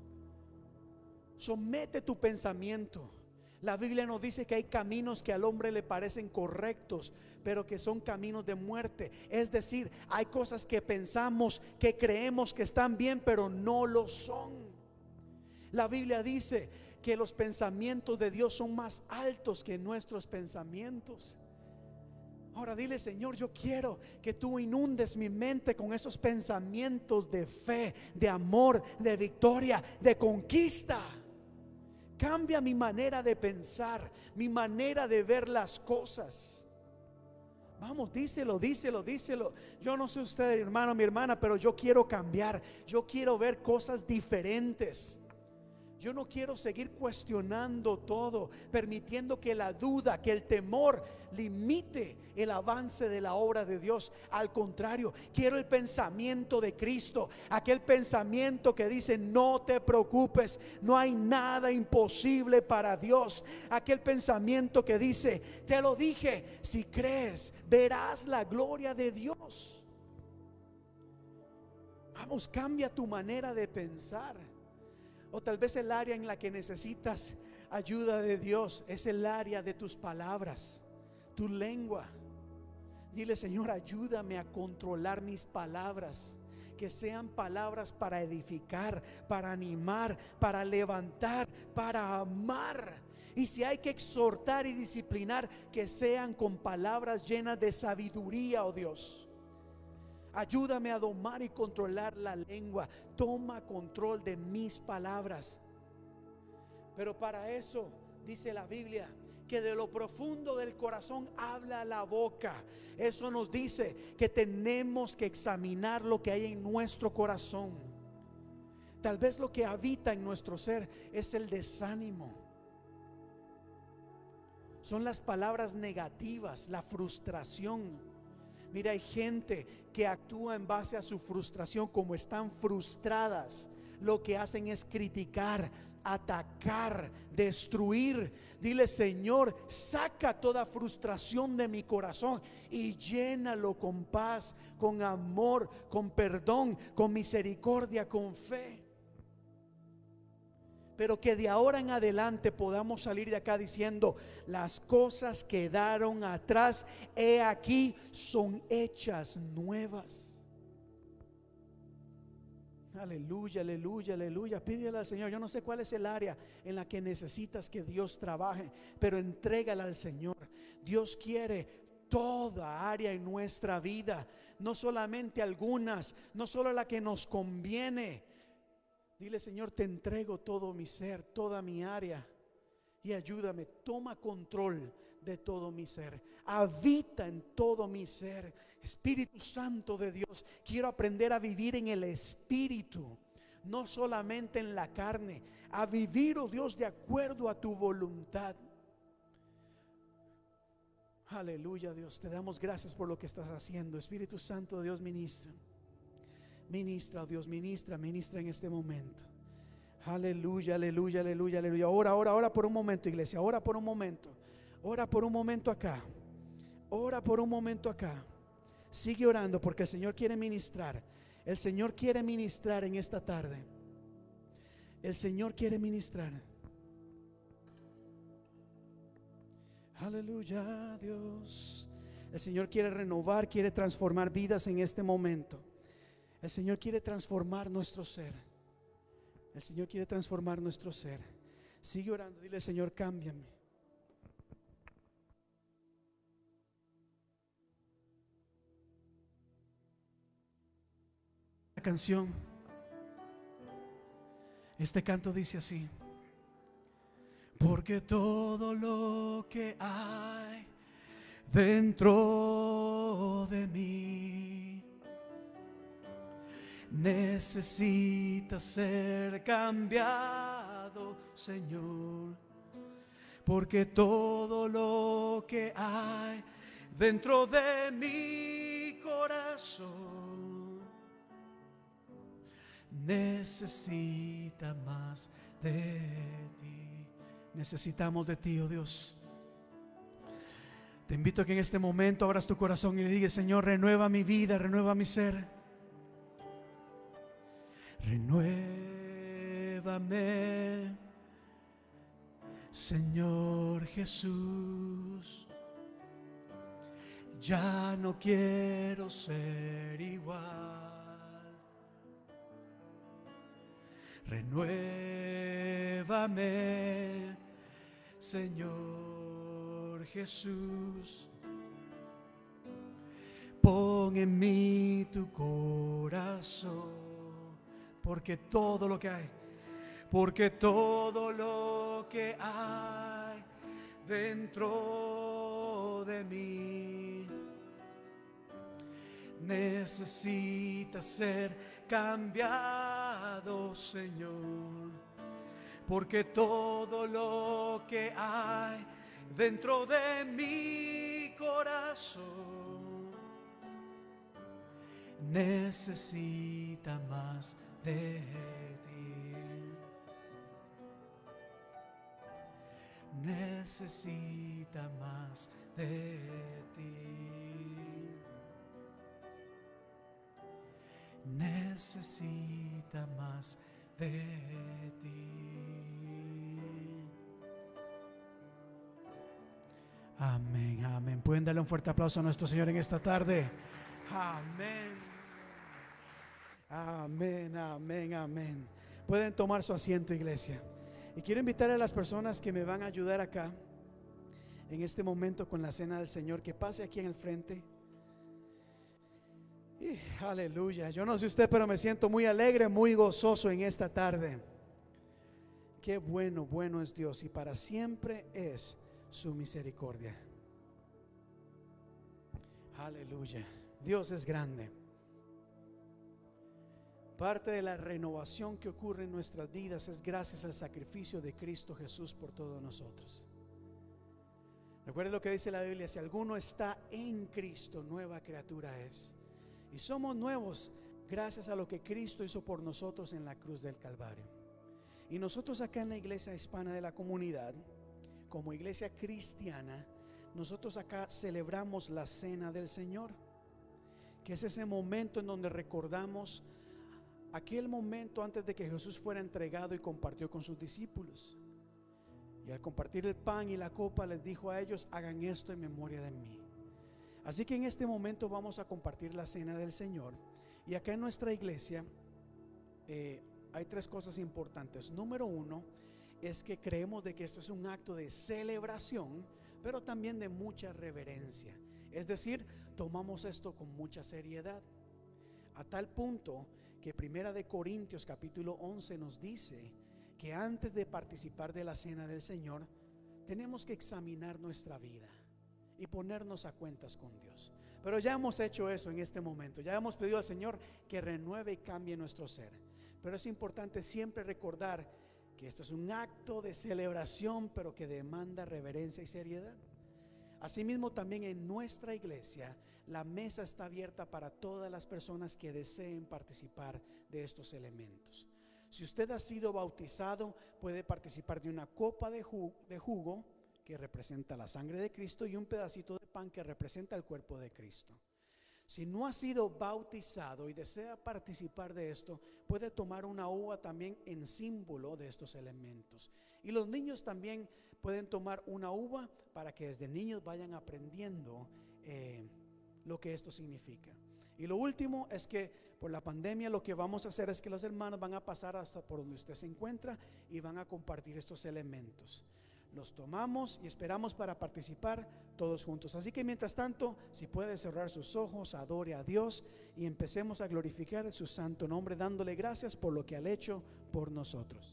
Somete tu pensamiento. La Biblia nos dice que hay caminos que al hombre le parecen correctos, pero que son caminos de muerte. Es decir, hay cosas que pensamos, que creemos que están bien, pero no lo son. La Biblia dice que los pensamientos de Dios son más altos que nuestros pensamientos. Ahora dile, Señor, yo quiero que tú inundes mi mente con esos pensamientos de fe, de amor, de victoria, de conquista. Cambia mi manera de pensar, mi manera de ver las cosas. Vamos, díselo, díselo, díselo. Yo no sé usted, hermano, mi hermana, pero yo quiero cambiar. Yo quiero ver cosas diferentes. Yo no quiero seguir cuestionando todo, permitiendo que la duda, que el temor limite el avance de la obra de Dios. Al contrario, quiero el pensamiento de Cristo, aquel pensamiento que dice: no te preocupes, no hay nada imposible para Dios. Aquel pensamiento que dice: te lo dije, si crees, verás la gloria de Dios. Vamos, cambia tu manera de pensar. O tal vez el área en la que necesitas ayuda de Dios es el área de tus palabras, tu lengua. Dile: Señor, ayúdame a controlar mis palabras, que sean palabras para edificar, para animar, para levantar, para amar. Y si hay que exhortar y disciplinar, que sean con palabras llenas de sabiduría, oh Dios. Ayúdame a domar y controlar la lengua. Toma control de mis palabras. Pero para eso dice la Biblia que de lo profundo del corazón habla la boca. Eso nos dice que tenemos que examinar lo que hay en nuestro corazón. Tal vez lo que habita en nuestro ser es el desánimo. Son las palabras negativas, la frustración. Mira, hay gente que actúa en base a su frustración. Como están frustradas, lo que hacen es criticar, atacar, destruir. Dile: Señor, saca toda frustración de mi corazón y llénalo con paz, con amor, con perdón, con misericordia, con fe. Pero que de ahora en adelante podamos salir de acá diciendo: las cosas quedaron atrás, he aquí, son hechas nuevas. Aleluya, aleluya, aleluya. Pídele al Señor. Yo no sé cuál es el área en la que necesitas que Dios trabaje, pero entrégala al Señor. Dios quiere toda área en nuestra vida, no solamente algunas, no solo la que nos conviene. Dile: Señor, te entrego todo mi ser, toda mi área, y ayúdame. Toma control de todo mi ser, habita en todo mi ser. Espíritu Santo de Dios, quiero aprender a vivir en el Espíritu, no solamente en la carne, a vivir, oh Dios, de acuerdo a tu voluntad. Aleluya, Dios, te damos gracias por lo que estás haciendo. Espíritu Santo de Dios, ministra. Ministra, oh Dios, ministra, ministra en este momento. Aleluya, aleluya, aleluya, aleluya. Ora, ora, ora por un momento, iglesia. Ora por un momento. Ora por un momento acá. Ora por un momento acá. Sigue orando porque el Señor quiere ministrar. El Señor quiere ministrar en esta tarde. El Señor quiere ministrar. Aleluya, Dios. El Señor quiere renovar, quiere transformar vidas en este momento. El Señor quiere transformar nuestro ser. El Señor quiere transformar nuestro ser. Sigue orando, dile: Señor, cámbiame. La canción, este canto dice así: porque todo lo que hay dentro de mí necesita ser cambiado, Señor, porque todo lo que hay dentro de mi corazón necesita más de ti. Necesitamos de ti, oh Dios. Te invito a que en este momento abras tu corazón y le digas: Señor, renueva mi vida, renueva mi ser. Renuévame, Señor Jesús. Ya no quiero ser igual. Renuévame, Señor Jesús. Pon en mí tu corazón. Porque todo lo que hay, porque todo lo lo que hay dentro de mí necesita ser cambiado, Señor, porque todo lo que hay dentro de mi corazón necesita más de ti, necesita más de ti, necesita más de ti. Amén, amén. Pueden darle un fuerte aplauso a nuestro Señor en esta tarde. Amén. Amén, amén, amén. Pueden tomar su asiento, iglesia. Y quiero invitar a las personas que me van a ayudar acá en este momento con la cena del Señor, que pase aquí en el frente. Y, aleluya. Yo no sé usted, pero me siento muy alegre, muy gozoso en esta tarde. Qué bueno, bueno es Dios, y para siempre es su misericordia. Aleluya. Dios es grande. Parte de la renovación que ocurre en nuestras vidas es gracias al sacrificio de Cristo Jesús por todos nosotros. Recuerde lo que dice la Biblia: si alguno está en Cristo, nueva criatura es. Y somos nuevos gracias a lo que Cristo hizo por nosotros en la cruz del Calvario. Y nosotros acá en la iglesia hispana de la comunidad, como iglesia cristiana, nosotros acá celebramos la cena del Señor, que es ese momento en donde recordamos aquel momento antes de que Jesús fuera entregado y compartió con sus discípulos. Y al compartir el pan y la copa les dijo a ellos: hagan esto en memoria de mí. Así que en este momento vamos a compartir la cena del Señor. Y acá en nuestra iglesia eh, hay tres cosas importantes. Número uno es que creemos de que esto es un acto de celebración, pero también de mucha reverencia. Es decir, tomamos esto con mucha seriedad, a tal punto que Primera de Corintios capítulo once nos dice que antes de participar de la cena del Señor tenemos que examinar nuestra vida y ponernos a cuentas con Dios. Pero ya hemos hecho eso en este momento. Ya hemos pedido al Señor que renueve y cambie nuestro ser. Pero es importante siempre recordar que esto es un acto de celebración, pero que demanda reverencia y seriedad. Asimismo, también en nuestra iglesia la mesa está abierta para todas las personas que deseen participar de estos elementos. Si usted ha sido bautizado, puede participar de una copa de jugo, de jugo que representa la sangre de Cristo, y un pedacito de pan que representa el cuerpo de Cristo. Si no ha sido bautizado y desea participar de esto, puede tomar una uva también en símbolo de estos elementos. Y los niños también pueden tomar una uva para que desde niños vayan aprendiendo eh, lo que esto significa. Y lo último es que por la pandemia lo que vamos a hacer es que los hermanos van a pasar hasta por donde usted se encuentra y van a compartir estos elementos. Los tomamos y esperamos para participar todos juntos. Así que mientras tanto, si puede cerrar sus ojos, adore a Dios y empecemos a glorificar su santo nombre, dándole gracias por lo que ha hecho por nosotros.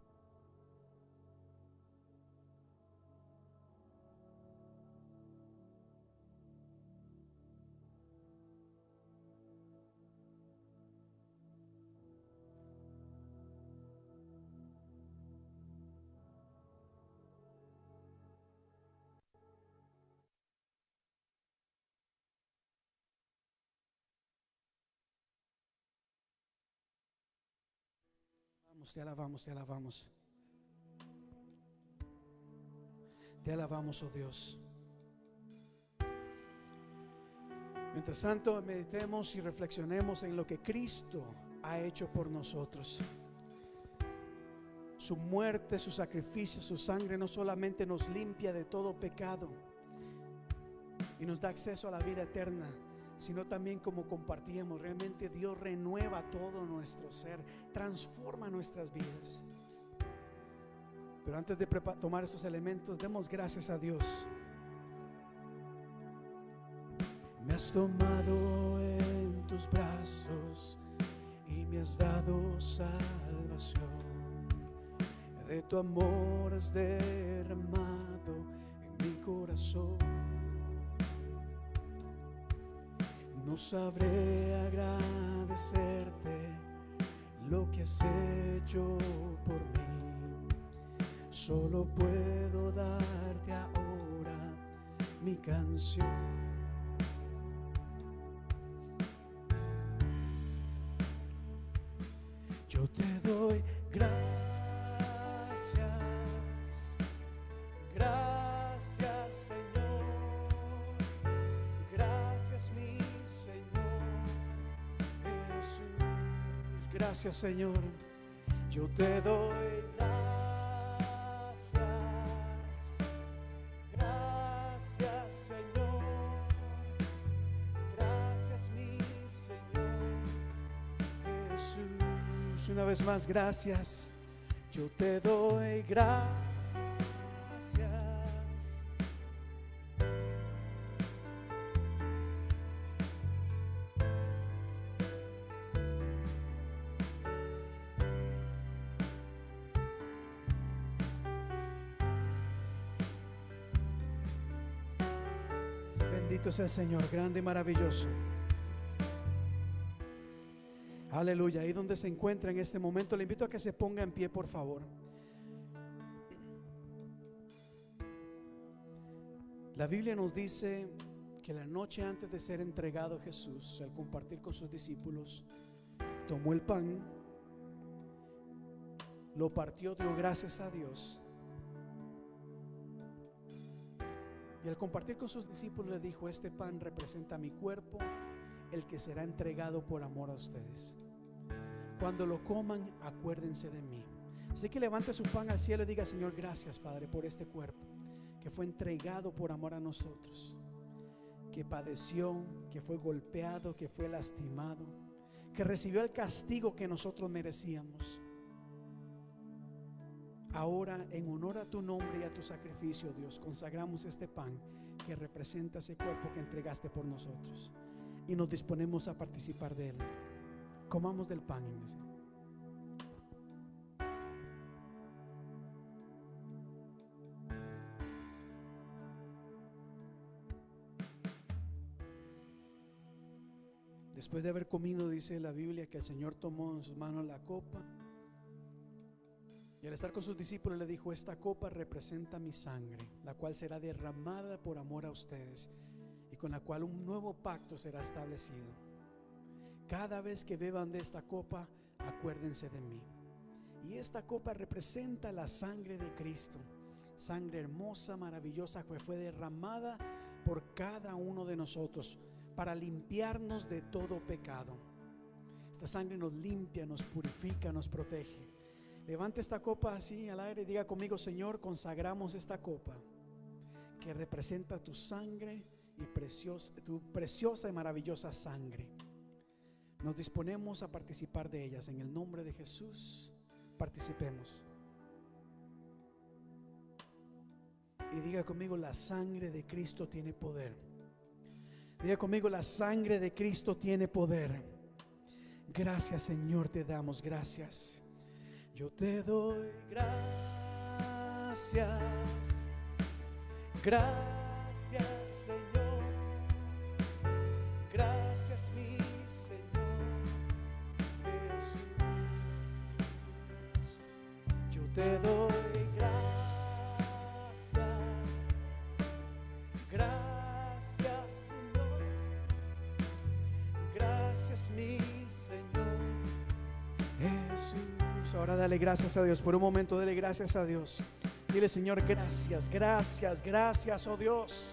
Te alabamos, te alabamos. Te alabamos, oh Dios. Mientras tanto, meditemos y reflexionemos en lo que Cristo ha hecho por nosotros. Su muerte, su sacrificio, su sangre no solamente nos limpia de todo pecado y nos da acceso a la vida eterna, sino también, como compartíamos, realmente Dios renueva todo nuestro ser, transforma nuestras vidas. Pero antes de tomar esos elementos, demos gracias a Dios. Me has tomado en tus brazos y me has dado salvación. de tu amor has derramado en mi corazón. No sabré agradecerte lo que has hecho por mí. Solo puedo darte ahora mi canción. Yo te doy gracias, gracias Señor, gracias mi Señor Jesús, gracias Señor, yo te doy gracias, gracias Señor, gracias mi Señor Jesús. Una vez más, gracias, yo te doy gracias. Bendito sea el Señor, grande y maravilloso. Aleluya. Ahí donde se encuentra en este momento, le invito a que se ponga en pie, por favor. La Biblia nos dice que la noche antes de ser entregado Jesús, al compartir con sus discípulos, tomó el pan, lo partió, dio gracias a Dios, y al compartir con sus discípulos le dijo: este pan representa mi cuerpo, el que será entregado por amor a ustedes. Cuando lo coman, acuérdense de mí. Así que levante su pan al cielo y diga: Señor, gracias Padre por este cuerpo que fue entregado por amor a nosotros, que padeció, que fue golpeado, que fue lastimado, que recibió el castigo que nosotros merecíamos. Ahora, en honor a tu nombre y a tu sacrificio, Dios, consagramos este pan que representa ese cuerpo que entregaste por nosotros, y nos disponemos a participar de él. Comamos del pan, iglesia. Después de haber comido, dice la Biblia, que el Señor tomó en sus manos la copa, y al estar con sus discípulos le dijo: esta copa representa mi sangre, la cual será derramada por amor a ustedes, y con la cual un nuevo pacto será establecido. Cada vez que beban de esta copa, acuérdense de mí. Y esta copa representa la sangre de Cristo, sangre hermosa, maravillosa, que fue derramada por cada uno de nosotros para limpiarnos de todo pecado. Esta sangre nos limpia, nos purifica, nos protege. Levante esta copa así al aire y diga conmigo: Señor, consagramos esta copa que representa tu sangre y preciosa, tu preciosa y maravillosa sangre. Nos disponemos a participar de ellas. En el nombre de Jesús, participemos. Y diga conmigo: la sangre de Cristo tiene poder. Diga conmigo: la sangre de Cristo tiene poder. Gracias, Señor, te damos gracias. Yo te doy gracias. Gracias, Señor. Gracias, mi te doy gracias, gracias Señor, gracias mi Señor Jesús. Ahora dale gracias a Dios, por un momento dale gracias a Dios. Dile: Señor, gracias, gracias, gracias, oh Dios,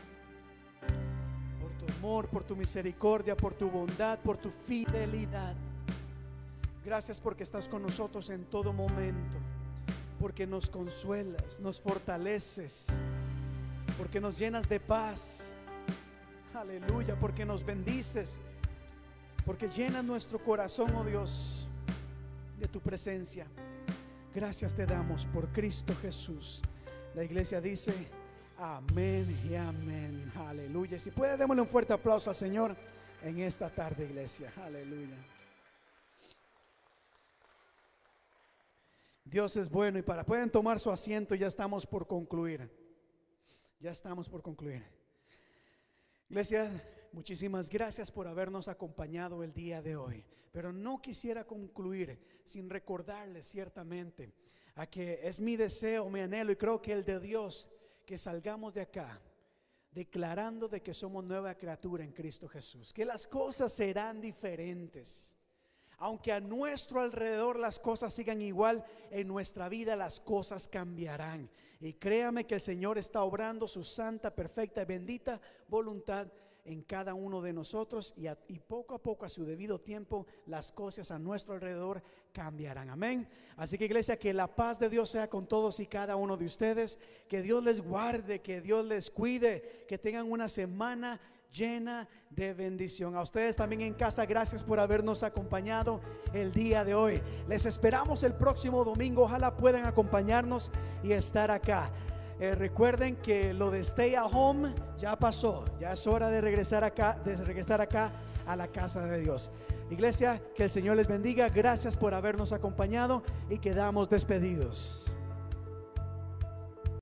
por tu amor, por tu misericordia, por tu bondad, por tu fidelidad. Gracias porque estás con nosotros en todo momento, porque nos consuelas, nos fortaleces, porque nos llenas de paz. Aleluya, porque nos bendices, porque llenas nuestro corazón, oh Dios, de tu presencia. Gracias te damos por Cristo Jesús. La iglesia dice amén y amén. Aleluya. Si puede, démosle un fuerte aplauso al Señor en esta tarde, iglesia. Aleluya. Dios es bueno y para pueden tomar su asiento, ya estamos por concluir. Ya estamos por concluir. Iglesia, muchísimas gracias por habernos acompañado el día de hoy. Pero no quisiera concluir sin recordarles ciertamente a que es mi deseo, mi anhelo y creo que el de Dios, que salgamos de acá declarando de que somos nueva criatura en Cristo Jesús, que las cosas serán diferentes. Aunque a nuestro alrededor las cosas sigan igual, en nuestra vida las cosas cambiarán. Y créame que el Señor está obrando su santa, perfecta y bendita voluntad en cada uno de nosotros, y, a, y poco a poco, a su debido tiempo, las cosas a nuestro alrededor cambiarán. Amén. Así que, iglesia, que la paz de Dios sea con todos y cada uno de ustedes. Que Dios les guarde, que Dios les cuide, que tengan una semana llena de bendición. A ustedes también en casa, gracias por habernos acompañado el día de hoy. Les esperamos el próximo domingo. Ojalá puedan acompañarnos y estar acá. Eh, recuerden que lo de stay at home ya pasó. Ya es hora de regresar acá, de regresar acá a la casa de Dios. Iglesia, que el Señor les bendiga. Gracias por habernos acompañado y quedamos despedidos.